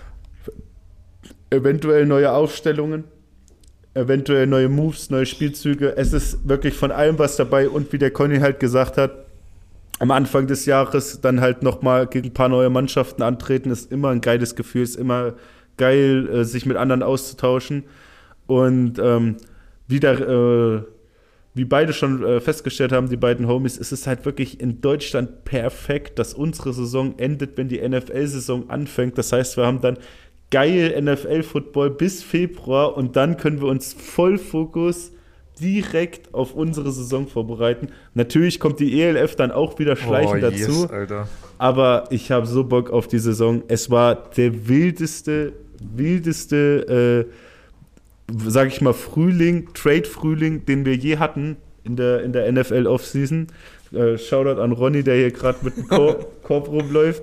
eventuell neue Aufstellungen, eventuell neue Moves, neue Spielzüge. Es ist wirklich von allem was dabei und wie der Conny halt gesagt hat, am Anfang des Jahres dann halt nochmal gegen ein paar neue Mannschaften antreten, ist immer ein geiles Gefühl, ist immer geil, äh, sich mit anderen auszutauschen. Und ähm, wieder, äh, wie beide schon äh, festgestellt haben, die beiden Homies, es ist halt wirklich in Deutschland perfekt, dass unsere Saison endet, wenn die N F L-Saison anfängt. Das heißt, wir haben dann geil N F L-Football bis Februar und dann können wir uns voll Fokus direkt auf unsere Saison vorbereiten. Natürlich kommt die E L F dann auch wieder schleichend oh, dazu. Yes, Alter. Aber ich habe so Bock auf die Saison. Es war der wildeste, wildeste, äh, sag ich mal, Frühling, Trade-Frühling, den wir je hatten in der, in der N F L-Offseason. Äh, Shoutout an Ronny, der hier gerade mit dem Korb, Korb rumläuft.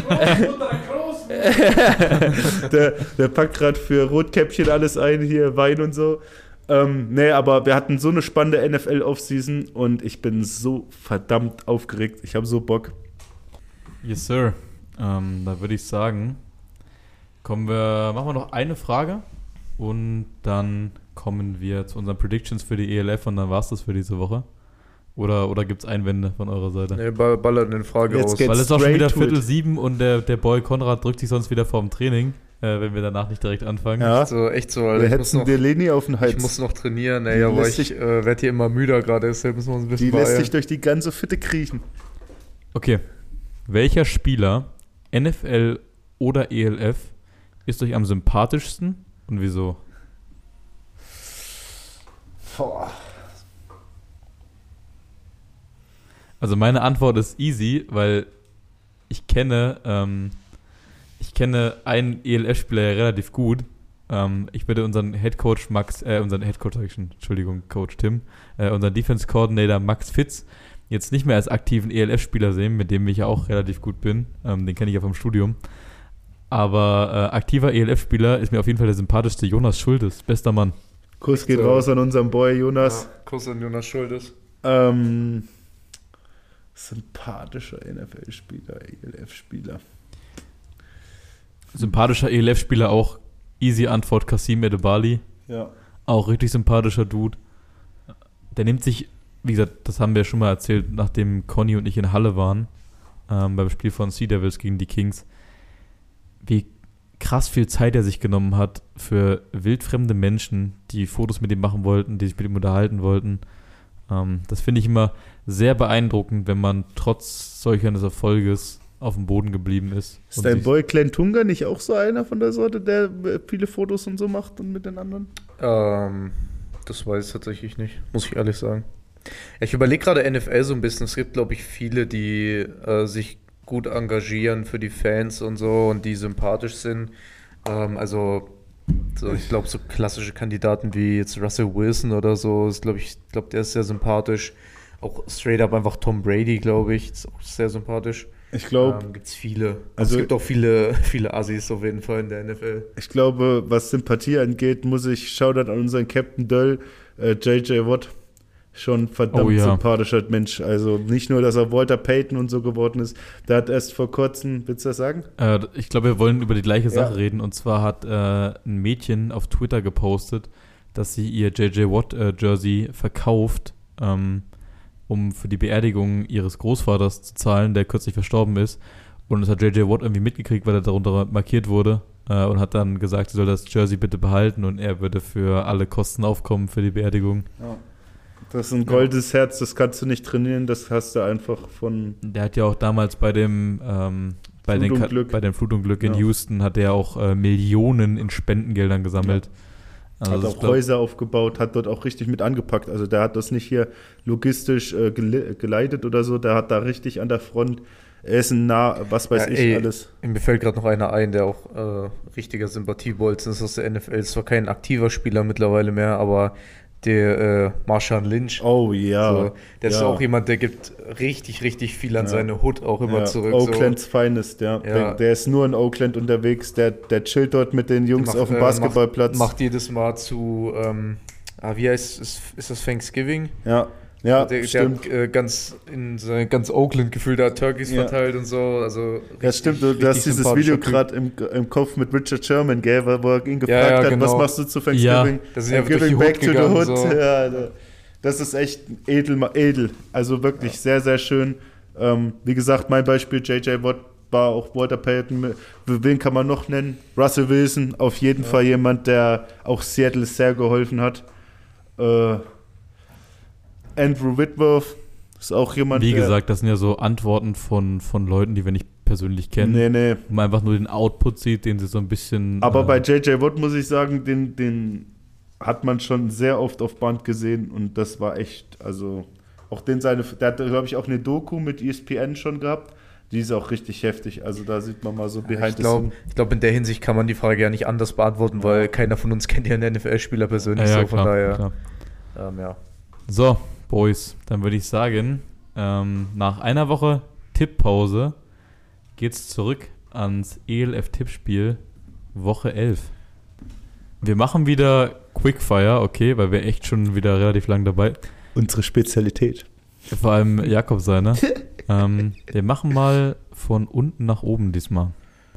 der, der packt gerade für Rotkäppchen alles ein, hier Wein und so. Ähm, nee, aber wir hatten so eine spannende N F L-Offseason und ich bin so verdammt aufgeregt. Ich habe so Bock. Yes, sir. Ähm, da würde ich sagen, kommen wir, machen wir noch eine Frage und dann kommen wir zu unseren Predictions für die E L F und dann war es das für diese Woche. Oder, oder gibt es Einwände von eurer Seite? Nee, ball, ballert eine Frage Jetzt raus. geht's Weil es ist auch schon straight wieder to Viertel it. sieben und der, der Boy Konrad drückt sich sonst wieder vorm Training, äh, wenn wir danach nicht direkt anfangen. Ja, So, echt so, wir Alter. Ich muss, hetzen noch, dir Leni auf den Hals. ich muss noch trainieren, ey, Die aber lässt ich sich- äh, werde hier immer müder gerade, deshalb müssen wir uns ein bisschen Die lässt beeilen. sich durch die ganze Fitte kriechen. Okay. Welcher Spieler, N F L oder E L F, ist euch am sympathischsten und wieso? Boah. Also meine Antwort ist easy, weil ich kenne, ähm, ich kenne einen E L F-Spieler ja relativ gut. Ähm, ich würde unseren Headcoach Max, äh, unseren Headcoach, Entschuldigung, Coach Tim, äh, unseren Defense Coordinator Max Fitz jetzt nicht mehr als aktiven E L F-Spieler sehen, mit dem ich ja auch relativ gut bin. Ähm, den kenne ich ja vom Studium. Aber äh, aktiver E L F-Spieler ist mir auf jeden Fall der sympathischste Jonas Schultes. Bester Mann. Kuss geht So. raus an unseren Boy Jonas. Ja, Kuss an Jonas Schultes. Ähm, sympathischer N F L-Spieler, E L F-Spieler. Sympathischer E L F-Spieler auch. Easy Antwort, Kasim Edebali. Ja. Auch richtig sympathischer Dude. Der nimmt sich, wie gesagt, das haben wir schon mal erzählt, nachdem Conny und ich in Halle waren, ähm, beim Spiel von Sea Devils gegen die Kings, wie krass viel Zeit er sich genommen hat für wildfremde Menschen, die Fotos mit ihm machen wollten, die sich mit ihm unterhalten wollten. Ähm, das finde ich immer sehr beeindruckend, wenn man trotz solch eines Erfolges auf dem Boden geblieben ist. Ist dein Boy Glenn Tunga nicht auch so einer von der Sorte, der viele Fotos und so macht und mit den anderen? Ähm, das weiß ich tatsächlich nicht, muss ich ehrlich sagen. Ja, ich überlege gerade N F L so ein bisschen. Es gibt, glaube ich, viele, die äh, sich gut engagieren für die Fans und so und die sympathisch sind. Ähm, also, so, ich glaube, so klassische Kandidaten wie jetzt Russell Wilson oder so, ist, glaube ich, glaube, der ist sehr sympathisch. Auch straight up einfach Tom Brady, glaube ich, ist auch sehr sympathisch. Ich glaube, ähm, gibt es viele. also- Also, es gibt auch viele, viele Assis auf jeden Fall in der N F L. ich glaube, was Sympathie angeht, muss ich Shoutout an unseren Captain Döll, äh, J J Watt, schon verdammt Oh ja. sympathischer Mensch. Also nicht nur, dass er Walter Payton und so geworden ist, der hat erst vor kurzem, willst du das sagen? Äh, ich glaube, wir wollen über die gleiche Sache Ja. reden. Und zwar hat äh, ein Mädchen auf Twitter gepostet, dass sie ihr J J Watt äh, Jersey verkauft, ähm, um für die Beerdigung ihres Großvaters zu zahlen, der kürzlich verstorben ist. Und das hat J J Watt irgendwie mitgekriegt, weil er darunter markiert wurde, äh, und hat dann gesagt, sie soll das Jersey bitte behalten und er würde für alle Kosten aufkommen für die Beerdigung. Ja. Das ist ein goldenes Herz, das kannst du nicht trainieren, das hast du einfach von... Der hat ja auch damals bei dem ähm, bei, den Ka- Flutunglück. bei dem Flutunglück in Ja. Houston hat er auch äh, Millionen in Spendengeldern gesammelt. Also Hat das auch ist, glaub- Häuser aufgebaut, hat dort auch richtig mit angepackt. Also der hat das nicht hier logistisch äh, gele- geleitet oder so, der hat da richtig an der Front, er ist ein nah, was weiß Ja, ich ey, alles. Mir fällt gerade noch einer ein, der auch äh, richtiger Sympathiebolzen ist aus der N F L. Ist zwar kein aktiver Spieler mittlerweile mehr, aber der äh, Marshawn Lynch. Oh ja. So, der ist ja. auch jemand, der gibt richtig, richtig viel an Ja. seine Hood auch immer ja. zurück. Oaklands Finest, ja. Ja. Der, der ist nur in Oakland unterwegs, der, der chillt dort mit den so. Jungs Macht, auf dem äh, Basketballplatz. Macht, macht jedes Mal zu, ähm, ah, wie heißt es, ist das Thanksgiving? ja, ja, der, der stimmt. hat äh, ganz in sein ganz Oakland gefühlt, da hat Turkeys Ja. verteilt und so. Also Ja, stimmt, du, du hast dieses Video gerade im, im Kopf mit Richard Sherman, gell, wo wo er ihn gefragt Ja, ja, hat, genau. was machst du zu Thanksgiving? Da sind die I'm einfach durch die giving Hood back to the gegangen, hood. so. Ja, da- das ist echt edel, edel. Also wirklich sehr, sehr schön. Ähm, wie gesagt, mein Beispiel, J J Watt war auch Walter Payton. Wen kann man noch nennen? Russell Wilson, auf jeden Fall jemand, der auch Seattle sehr geholfen hat. Äh, Andrew Whitworth ist auch jemand, wie der... gesagt, das sind ja so Antworten von, von Leuten, die wir nicht persönlich kennen. Nee, nee. Wo man einfach nur den Output sieht, den sie so ein bisschen... Aber äh, bei J J Watt muss ich sagen, den, den hat man schon sehr oft auf Band gesehen und das war echt, also auch den seine, der hat, glaube ich, auch eine Doku mit E S P N schon gehabt, die ist auch richtig heftig, also da sieht man mal so behind Ich the glaube, scene. ich glaub, in der Hinsicht kann man die Frage ja nicht anders beantworten, weil keiner von uns kennt ja einen N F L-Spieler persönlich, ja, ja, so von klar, daher. klar. Ähm, ja. So, Boys, dann würde ich sagen, ähm, nach einer Woche Tipppause geht's zurück ans E L F-Tippspiel Woche elf. Wir machen wieder Quickfire, okay, weil wir echt schon wieder relativ lang dabei. Unsere Spezialität. Vor allem Jakob seine. ähm, wir machen mal von unten nach oben diesmal.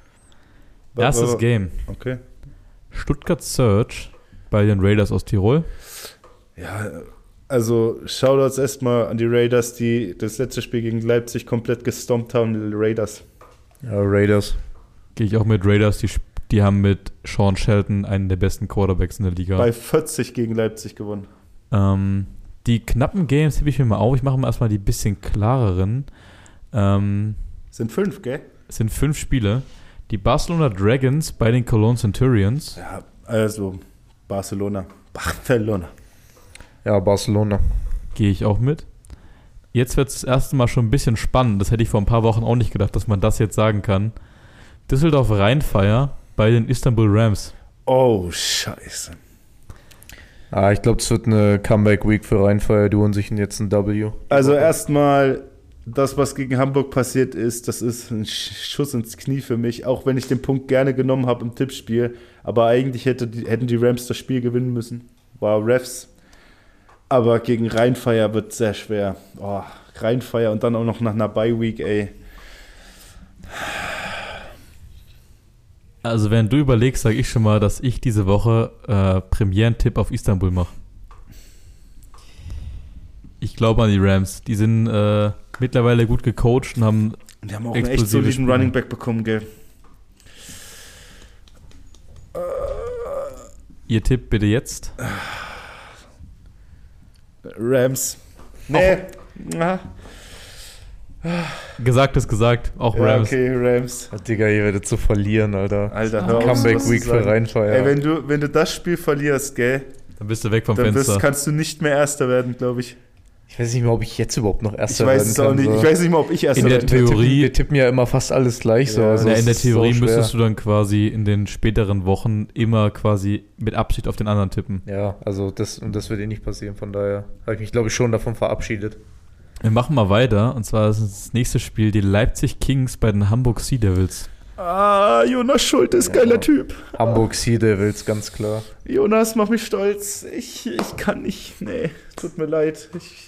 Erstes Game. Okay. Stuttgart Surge bei den Raiders aus Tirol. Ja, also Shoutouts erstmal an die Raiders, die das letzte Spiel gegen Leipzig komplett gestompt haben, die Raiders. ja, Raiders. Gehe ich auch mit Raiders, die, die haben mit Sean Shelton einen der besten Quarterbacks in der Liga. Bei vierzig gegen Leipzig gewonnen. Ähm, die knappen Games hebe ich mir mal auf. Ich mache mal erstmal die bisschen klareren. Ähm, Sind fünf, gell? es sind fünf Spiele. Die Barcelona Dragons bei den Cologne Centurions. Ja, also Barcelona. Barcelona. Ja, Barcelona. Gehe ich auch mit. Jetzt wird es das erste Mal schon ein bisschen spannend. Das hätte ich vor ein paar Wochen auch nicht gedacht, dass man das jetzt sagen kann. Düsseldorf Rheinfire bei den Istanbul Rams. Oh, scheiße. Ah, ich glaube, es wird eine Comeback-Week für Rheinfire. Die holen sich jetzt ein W. Also erstmal das, was gegen Hamburg passiert ist, das ist ein Schuss ins Knie für mich, auch wenn ich den Punkt gerne genommen habe im Tippspiel. Aber eigentlich hätte die, hätten die Rams das Spiel gewinnen müssen. War Refs. Aber gegen Rheinfeier wird es sehr schwer. Oh, Rheinfeier und dann auch noch nach einer Bye-Week, ey. Also während du überlegst, sage ich schon mal, dass ich diese Woche äh, Premieren-Tipp auf Istanbul mache. Ich glaube an die Rams. Die sind äh, mittlerweile gut gecoacht und haben Die haben auch einen echt soliden Running Back bekommen, gell? Ihr Tipp bitte jetzt. Rams. Nee. Ah. Gesagt ist gesagt, auch Ja, Rams. okay, Rams. Oh, Digga, ihr werdet zu verlieren, Alter. Alter, hör auf, Comeback-Week was zu sagen. für Rheinfeier. Ey, wenn du, wenn du das Spiel verlierst, gell, Dann bist du weg vom dann Fenster. bist, kannst du nicht mehr Erster werden, glaube ich. Ich weiß nicht mehr, ob ich jetzt überhaupt noch Ich Erster weiß werden es auch kann. nicht. So. Ich weiß nicht mal, ob ich Erster In der werden wir, Theorie- tippen, wir tippen ja immer fast alles gleich. So. Ja, Also ja, es in der ist so Theorie schwer. müsstest du dann quasi in den späteren Wochen immer quasi mit Absicht auf den anderen tippen. Ja, also das, und das wird eh nicht passieren. Von daher habe ich mich, glaube ich, schon davon verabschiedet. Wir machen mal weiter. Und zwar ist das nächste Spiel die Leipzig Kings bei den Hamburg Sea Devils. Ah, Jonas Schulte ist Ja. geiler Typ. Hamburg Sea Devils, ganz klar. Jonas, mach mich stolz. Ich, ich kann nicht. Nee, tut mir leid. Ich,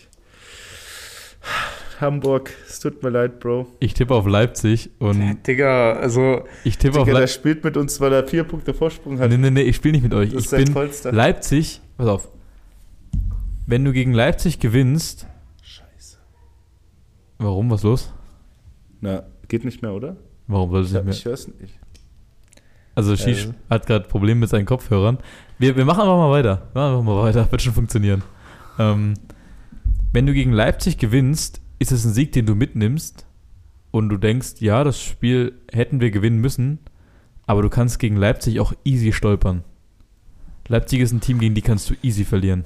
Hamburg, es tut mir leid, Bro. Ich tippe auf Leipzig und Digga, also ich tippe auf Digga, der Leipzig. spielt mit uns, weil er vier Punkte Vorsprung hat. Nee, nee, nee, ich spiele nicht mit euch. Das ist Ich sein bin vollster. Leipzig. Pass auf. Wenn du gegen Leipzig gewinnst. Scheiße. Warum? Was los? Na, geht nicht mehr, oder? Warum soll es Ja, nicht mehr? ich hör's nicht. Also Shish Also- hat gerade Probleme mit seinen Kopfhörern. Wir, wir machen einfach mal weiter. Wir machen einfach mal weiter. Wird schon funktionieren. Ähm, wenn du gegen Leipzig gewinnst, ist es ein Sieg, den du mitnimmst und du denkst, ja, das Spiel hätten wir gewinnen müssen, aber du kannst gegen Leipzig auch easy stolpern. Leipzig ist ein Team, gegen die kannst du easy verlieren.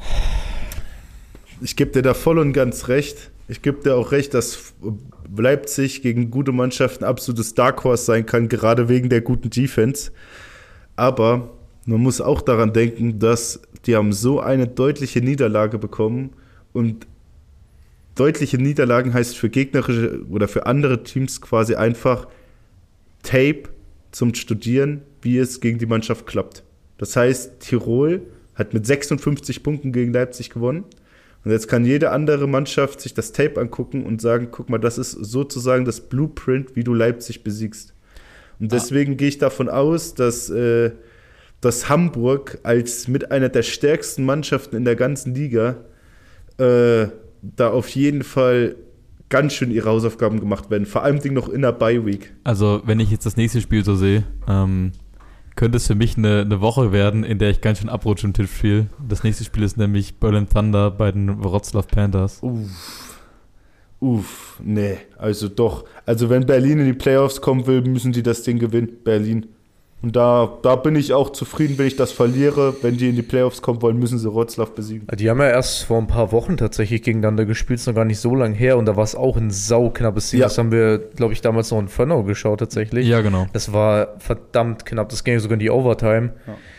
Ich gebe dir da voll und ganz recht. Ich gebe dir auch recht, dass Leipzig gegen gute Mannschaften absolutes Dark Horse sein kann, gerade wegen der guten Defense. Aber man muss auch daran denken, dass die haben so eine deutliche Niederlage bekommen und deutliche Niederlagen heißt für gegnerische oder für andere Teams quasi einfach Tape zum Studieren, wie es gegen die Mannschaft klappt. Das heißt, Tirol hat mit sechsundfünfzig Punkten gegen Leipzig gewonnen. Und jetzt kann jede andere Mannschaft sich das Tape angucken und sagen, guck mal, das ist sozusagen das Blueprint, wie du Leipzig besiegst. Und deswegen ah. gehe ich davon aus, dass, äh, dass Hamburg als mit einer der stärksten Mannschaften in der ganzen Liga äh, da auf jeden Fall ganz schön ihre Hausaufgaben gemacht werden. Vor allem noch in der Bye-Week. Also, wenn ich jetzt das nächste Spiel so sehe, ähm, könnte es für mich eine, eine Woche werden, in der ich ganz schön abrutsche im Tippspiel. Das nächste Spiel ist nämlich Berlin Thunder bei den Wroclaw Panthers. Uff. Uff, nee, also doch. Also wenn Berlin in die Playoffs kommen will, müssen die das Ding gewinnen, Berlin. Und da, da bin ich auch zufrieden, wenn ich das verliere. Wenn die in die Playoffs kommen wollen, müssen sie Wroclaw besiegen. Die haben ja erst vor ein paar Wochen tatsächlich gegeneinander gespielt, ist noch gar nicht so lange her. Und da war es auch ein sauknappes Sieg. Ja. Das haben wir, glaube ich, damals noch in Furnau geschaut tatsächlich. Ja, genau. Das war verdammt knapp. Das ging sogar in die Overtime.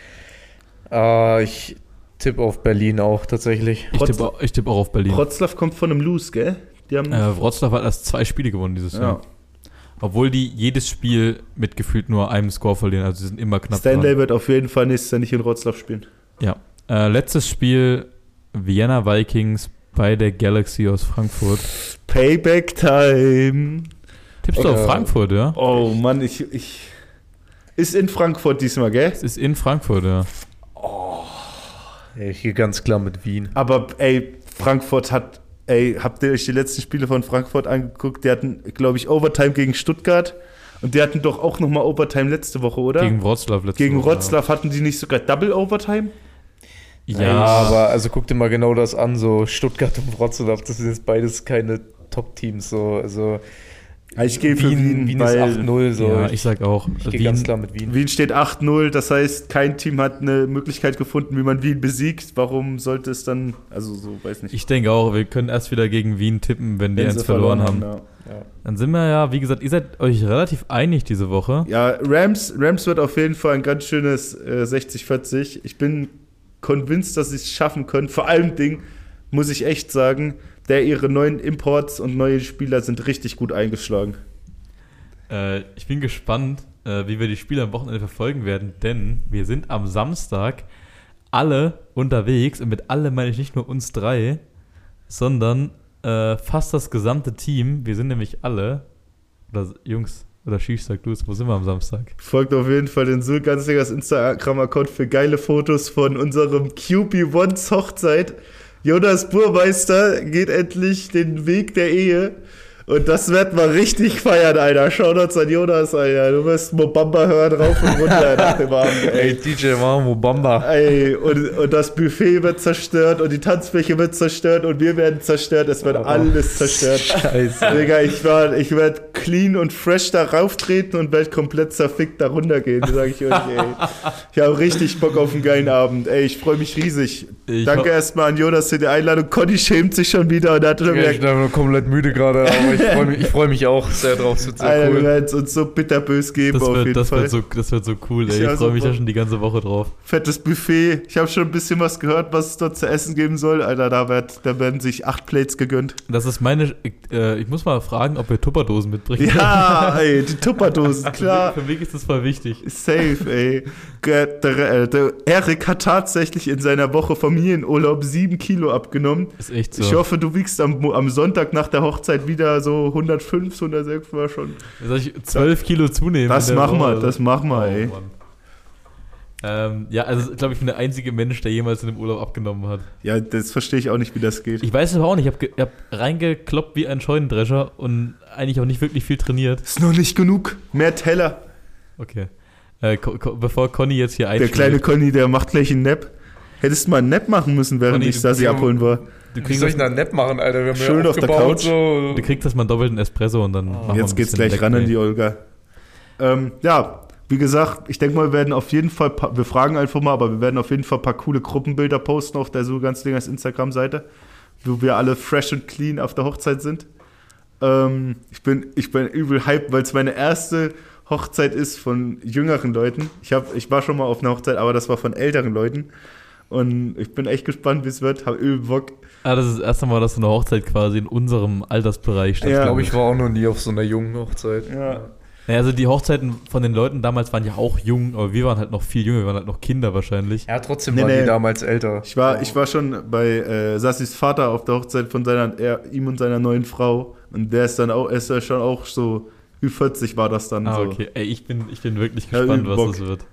Ja. Äh, ich tippe auf Berlin auch tatsächlich. Ich tippe auch, ich tipp auch auf Berlin. Wroclaw kommt von einem Lose, gell? Die haben Äh, Wroclaw hat erst zwei Spiele gewonnen dieses Ja. Jahr. Obwohl die jedes Spiel mit gefühlt nur einem Score verlieren. Also sie sind immer knapp Stanley dran. wird auf jeden Fall nächstes Jahr nicht in Wroclaw spielen. Ja. Äh, letztes Spiel Vienna Vikings bei der Galaxy aus Frankfurt. Payback Time. Tippst du Okay. auf Frankfurt, ja? Oh Mann, ich, ich. Ist in Frankfurt diesmal, gell? Es ist in Frankfurt, ja. Ich gehe ganz klar mit Wien. Aber ey, Frankfurt hat. Ey, habt ihr euch die letzten Spiele von Frankfurt angeguckt? Die hatten, glaube ich, Overtime gegen Stuttgart. Und die hatten doch auch nochmal Overtime letzte Woche, oder? Gegen Wroclaw letzte Gegen Woche, Wroclaw hatten die nicht sogar Double Overtime? Ja, Ja, aber also guck dir mal genau das an, so Stuttgart und Wroclaw, das sind jetzt beides keine Top-Teams, so, also Ich gehe für Wien, Wien, Wien ist weil acht null, so. ja, ich sag auch. ich gehe Wien, ganz klar mit Wien. Wien steht acht null, das heißt, kein Team hat eine Möglichkeit gefunden, wie man Wien besiegt. Warum sollte es dann, also so, weiß nicht. ich denke auch, wir können erst wieder gegen Wien tippen, wenn die Wenn sie eins verloren haben. ja. Ja. Dann sind wir ja, wie gesagt, ihr seid euch relativ einig diese Woche. Ja, Rams, Rams wird auf jeden Fall ein ganz schönes äh, sechzig vierzig. Ich bin convinced, dass sie es schaffen können. Vor allem Ding muss ich echt sagen, der ihre neuen Imports und neue Spieler sind richtig gut eingeschlagen. Äh, ich bin gespannt, äh, wie wir die Spiele am Wochenende verfolgen werden, denn wir sind am Samstag alle unterwegs und mit alle meine ich nicht nur uns drei, sondern äh, fast das gesamte Team. Wir sind nämlich alle, oder Jungs, oder Shish, sag du es, wo sind wir am Samstag? Folgt auf jeden Fall den Sulganzigers Instagram-Account für geile Fotos von unserem Q B Ones Hochzeit. Jonas Burmeister geht endlich den Weg der Ehe. Und das wird mal richtig feiern, Alter. Shoutouts an Jonas, Alter. Du wirst Mobamba hören, rauf und runter nach dem Abend, ey. Ey, D J war Mobamba. Ey, und, und das Buffet wird zerstört und die Tanzfläche wird zerstört und wir werden zerstört. Es wird oh, alles zerstört. Scheiße. Digga, ich, war, ich werde clean und fresh da rauftreten und werde komplett zerfickt da runtergehen, sag ich euch, ey. Ich habe richtig Bock auf einen geilen Abend. Ey, ich freue mich riesig. Ich Danke erstmal an Jonas für die Einladung. Conny schämt sich schon wieder und hat schon ja, ich bin nur komplett müde gerade, aber ich freue mich, freu mich auch sehr drauf. Das wird sehr Alter, cool. wir werden es uns so bitterbös geben das auf wird, jeden das Fall. Wird so, das wird so cool, ey. Ich, ich freue mich ja schon die ganze Woche drauf. Fettes Buffet. Ich habe schon ein bisschen was gehört, was es dort zu essen geben soll. Alter, da, wird, da werden sich acht Plates gegönnt. Das ist meine... Äh, ich muss mal fragen, ob wir Tupperdosen mitbringen. Ja, ey, die Tupperdosen, klar. Für mich ist das voll wichtig. Safe, ey. Der, der, der Erik hat tatsächlich in seiner Woche Familienurlaub sieben Kilo abgenommen. Ist echt so. Ich hoffe, du wiegst am, am Sonntag nach der Hochzeit wieder so hundertfünf, hundertsechs war schon. Soll ich zwölf Kilo zunehmen? Das machen wir, das machen wir, ey. Oh, ähm, ja, also ich glaube, ich bin der einzige Mensch, der jemals in dem Urlaub abgenommen hat. Ja, das verstehe ich auch nicht, wie das geht. Ich weiß es aber auch nicht. Ich habe ge- hab reingekloppt wie ein Scheunendrescher und eigentlich auch nicht wirklich viel trainiert. Ist noch nicht genug. Mehr Teller. Okay. Äh, ko- ko- bevor Conny jetzt hier einschlägt. Der kleine Conny, der macht gleich einen Nap. Hättest du mal einen Nap machen müssen, während Conny, ich Sassi abholen war. Du Wie soll ich denn einen Nap machen, Alter? Wir haben schön ja auf der aufgebaut, Couch. So. Du kriegst das mal einen doppelten Espresso und dann Oh. machen wir Jetzt ein geht's bisschen gleich ran an Leg die Day. Olga. Ähm, ja, wie gesagt, ich denke mal, wir werden auf jeden Fall, pa- wir fragen einfach mal, aber wir werden auf jeden Fall ein paar coole Gruppenbilder posten auf der Sulganzlingers Instagram-Seite, wo wir alle fresh und clean auf der Hochzeit sind. Ähm, ich bin, ich bin übel hyped, weil es meine erste Hochzeit ist von jüngeren Leuten. Ich, hab, ich war schon mal auf einer Hochzeit, aber das war von älteren Leuten. Und ich bin echt gespannt, wie es wird. Hab übel Bock. Ah, das ist das erste Mal, dass so eine Hochzeit quasi in unserem Altersbereich Ich stattfindet. glaube, ich war auch noch nie auf so einer jungen Hochzeit. Ja. Ja, also die Hochzeiten von den Leuten damals waren ja auch jung, aber wir waren halt noch viel jünger, wir waren halt noch Kinder wahrscheinlich. Ja, trotzdem Nee, waren nee. die damals älter. Ich war, ich war schon bei äh, Sassis Vater auf der Hochzeit von seiner, er, ihm und seiner neuen Frau. Und der ist dann auch, er ist ja schon auch so, Ü vierzig war das dann Ah, so. okay. Ey, ich bin, ich bin wirklich Ja, gespannt, übel was Bock. das wird.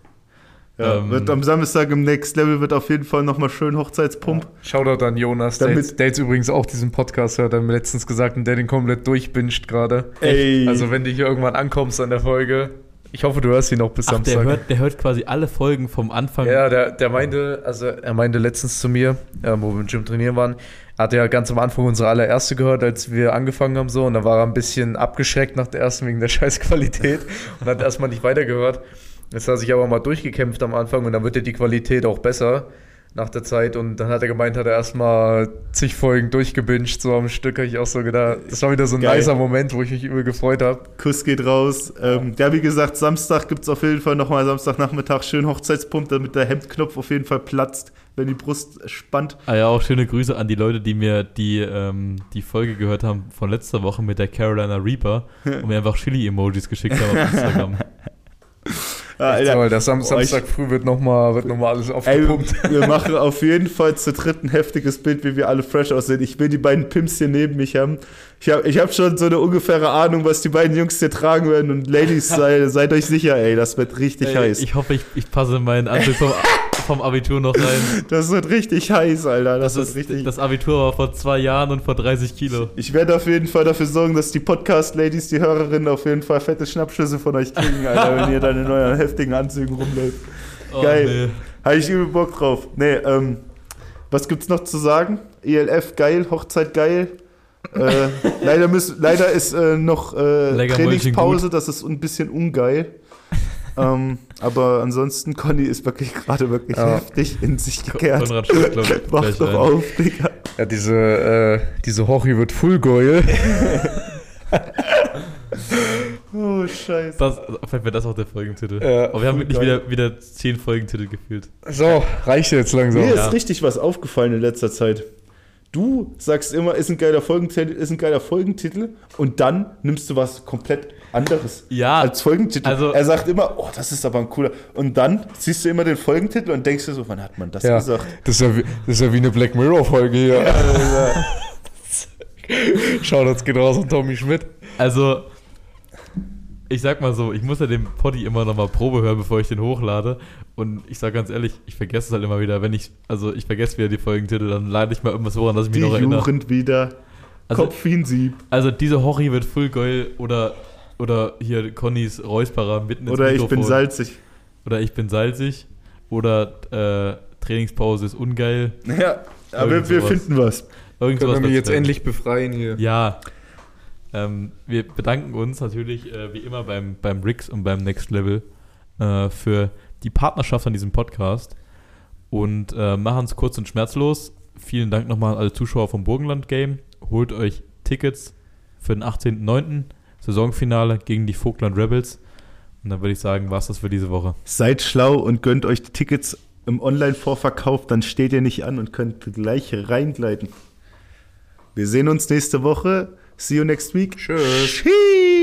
Ja, Ähm, wird am Samstag im Next Level wird auf jeden Fall nochmal schön Hochzeitspump. Shoutout an Jonas, der Damit- jetzt, der jetzt übrigens auch diesen Podcast hört, der hat mir letztens gesagt und der den komplett durchbinscht gerade. Ey. Also wenn du hier irgendwann ankommst an der Folge, ich hoffe, du hörst ihn noch bis Ach, der Samstag. hört, der hört quasi alle Folgen vom Anfang. Ja, der, der meinte, also er meinte letztens zu mir, äh, wo wir im Gym trainieren waren, hat er ganz am Anfang unsere allererste gehört, als wir angefangen haben so, und da war er ein bisschen abgeschreckt nach der ersten wegen der Scheißqualität und hat erstmal nicht weitergehört. Jetzt hat er sich aber mal durchgekämpft am Anfang und dann wird ja die Qualität auch besser nach der Zeit und dann hat er gemeint, hat er erstmal zig Folgen durchgebinged, so am Stück, habe ich auch so gedacht, das war wieder so ein Geil. nicer Moment, wo ich mich übel gefreut habe. Kuss geht raus. Ähm, ja, wie gesagt, Samstag gibt es auf jeden Fall nochmal Samstagnachmittag schön Hochzeitspump, damit der Hemdknopf auf jeden Fall platzt, wenn die Brust spannt. Ah ja, auch schöne Grüße an die Leute, die mir die, ähm, die Folge gehört haben von letzter Woche mit der Carolina Reaper und mir einfach Chili-Emojis geschickt haben auf Instagram. Ja, Echt Alter. toll, der Sam Boah, Samstag früh wird nochmal wird noch mal alles Ey, aufgepumpt. wir machen auf jeden Fall zu dritt ein heftiges Bild, wie wir alle fresh aussehen. Ich will die beiden Pimps hier neben mich haben. Ich habe ich hab schon so eine ungefähre Ahnung, was die beiden Jungs hier tragen werden. Und Ladies, sei, seid euch sicher, ey, das wird richtig Ey, heiß. ich hoffe, ich, ich passe meinen Anzug vom, vom Abitur noch rein. Das wird richtig heiß, Alter. Das, Das, wird ist, richtig. das Abitur war vor zwei Jahren und vor dreißig Kilo. Ich werde auf jeden Fall dafür sorgen, dass die Podcast-Ladies, die Hörerinnen, auf jeden Fall fette Schnappschüsse von euch kriegen, Alter, wenn ihr dann in euren heftigen Anzügen rumläuft. Oh, Geil. nee. Habe ich übel Bock drauf. Nee, ähm, was gibt's noch zu sagen? E L F geil, Hochzeit geil. äh, leider, müssen, leider ist äh, noch äh, Lecker Trainingspause, das ist ein bisschen ungeil. ähm, aber ansonsten, Conny ist wirklich gerade wirklich Ja. heftig in sich gekehrt. Konrad schaut, glaub ich, Wach gleich doch rein. auf, Digga. Ja, diese, äh, diese Hochi wird full geil. Oh, scheiße. Das, vielleicht wäre das auch der Folgentitel. Ja, Aber wir haben wirklich geil. wieder, wieder zehn Folgentitel gefühlt. So, reicht jetzt langsam. Mir Ja. ist richtig was aufgefallen in letzter Zeit. Du sagst immer, ist ein geiler Folgentitel, ist ein geiler Folgentitel und dann nimmst du was komplett anderes Ja, als Folgentitel. also- er sagt immer, oh, das ist aber ein cooler. Und dann siehst du immer den Folgentitel und denkst dir so, wann hat man das Ja, gesagt? das ist ja wie, das ist ja wie eine Black Mirror-Folge hier. Shoutouts geht raus an Tommy Schmidt. Also, ich sag mal so, ich muss ja den Poddy immer nochmal Probe hören, bevor ich den hochlade. Und ich sag ganz ehrlich, ich vergesse es halt immer wieder. Wenn ich, also ich vergesse wieder die Folgentitel, dann lade ich mal irgendwas hoch, an das ich mich Die noch erinnere. Jugend wieder. Also- Kopf wie ein Sieb. Also diese Horry wird full geil oder, oder hier Connys Räusperer mitten ins Oder ich Mikrofon. bin salzig. Oder ich bin salzig. Oder äh, Trainingspause ist ungeil. Ja, aber Irgend wir sowas. finden was. Irgend Können wir sowas mich wird's jetzt werden. endlich befreien hier. Ja. Ähm, wir bedanken uns natürlich äh, wie immer beim, beim Rix und beim Next Level äh, für die Partnerschaft an diesem Podcast und äh, machen es kurz und schmerzlos. Vielen Dank nochmal an alle Zuschauer vom Burgenland Game. Holt euch Tickets für den achtzehnten neunten Saisonfinale gegen die Vogtland Rebels. Und dann würde ich sagen, war's das für diese Woche. Seid schlau und gönnt euch die Tickets im Online-Vorverkauf, dann steht ihr nicht an und könnt gleich reingleiten. Wir sehen uns nächste Woche. See you next week. Tschüss. Tschüss.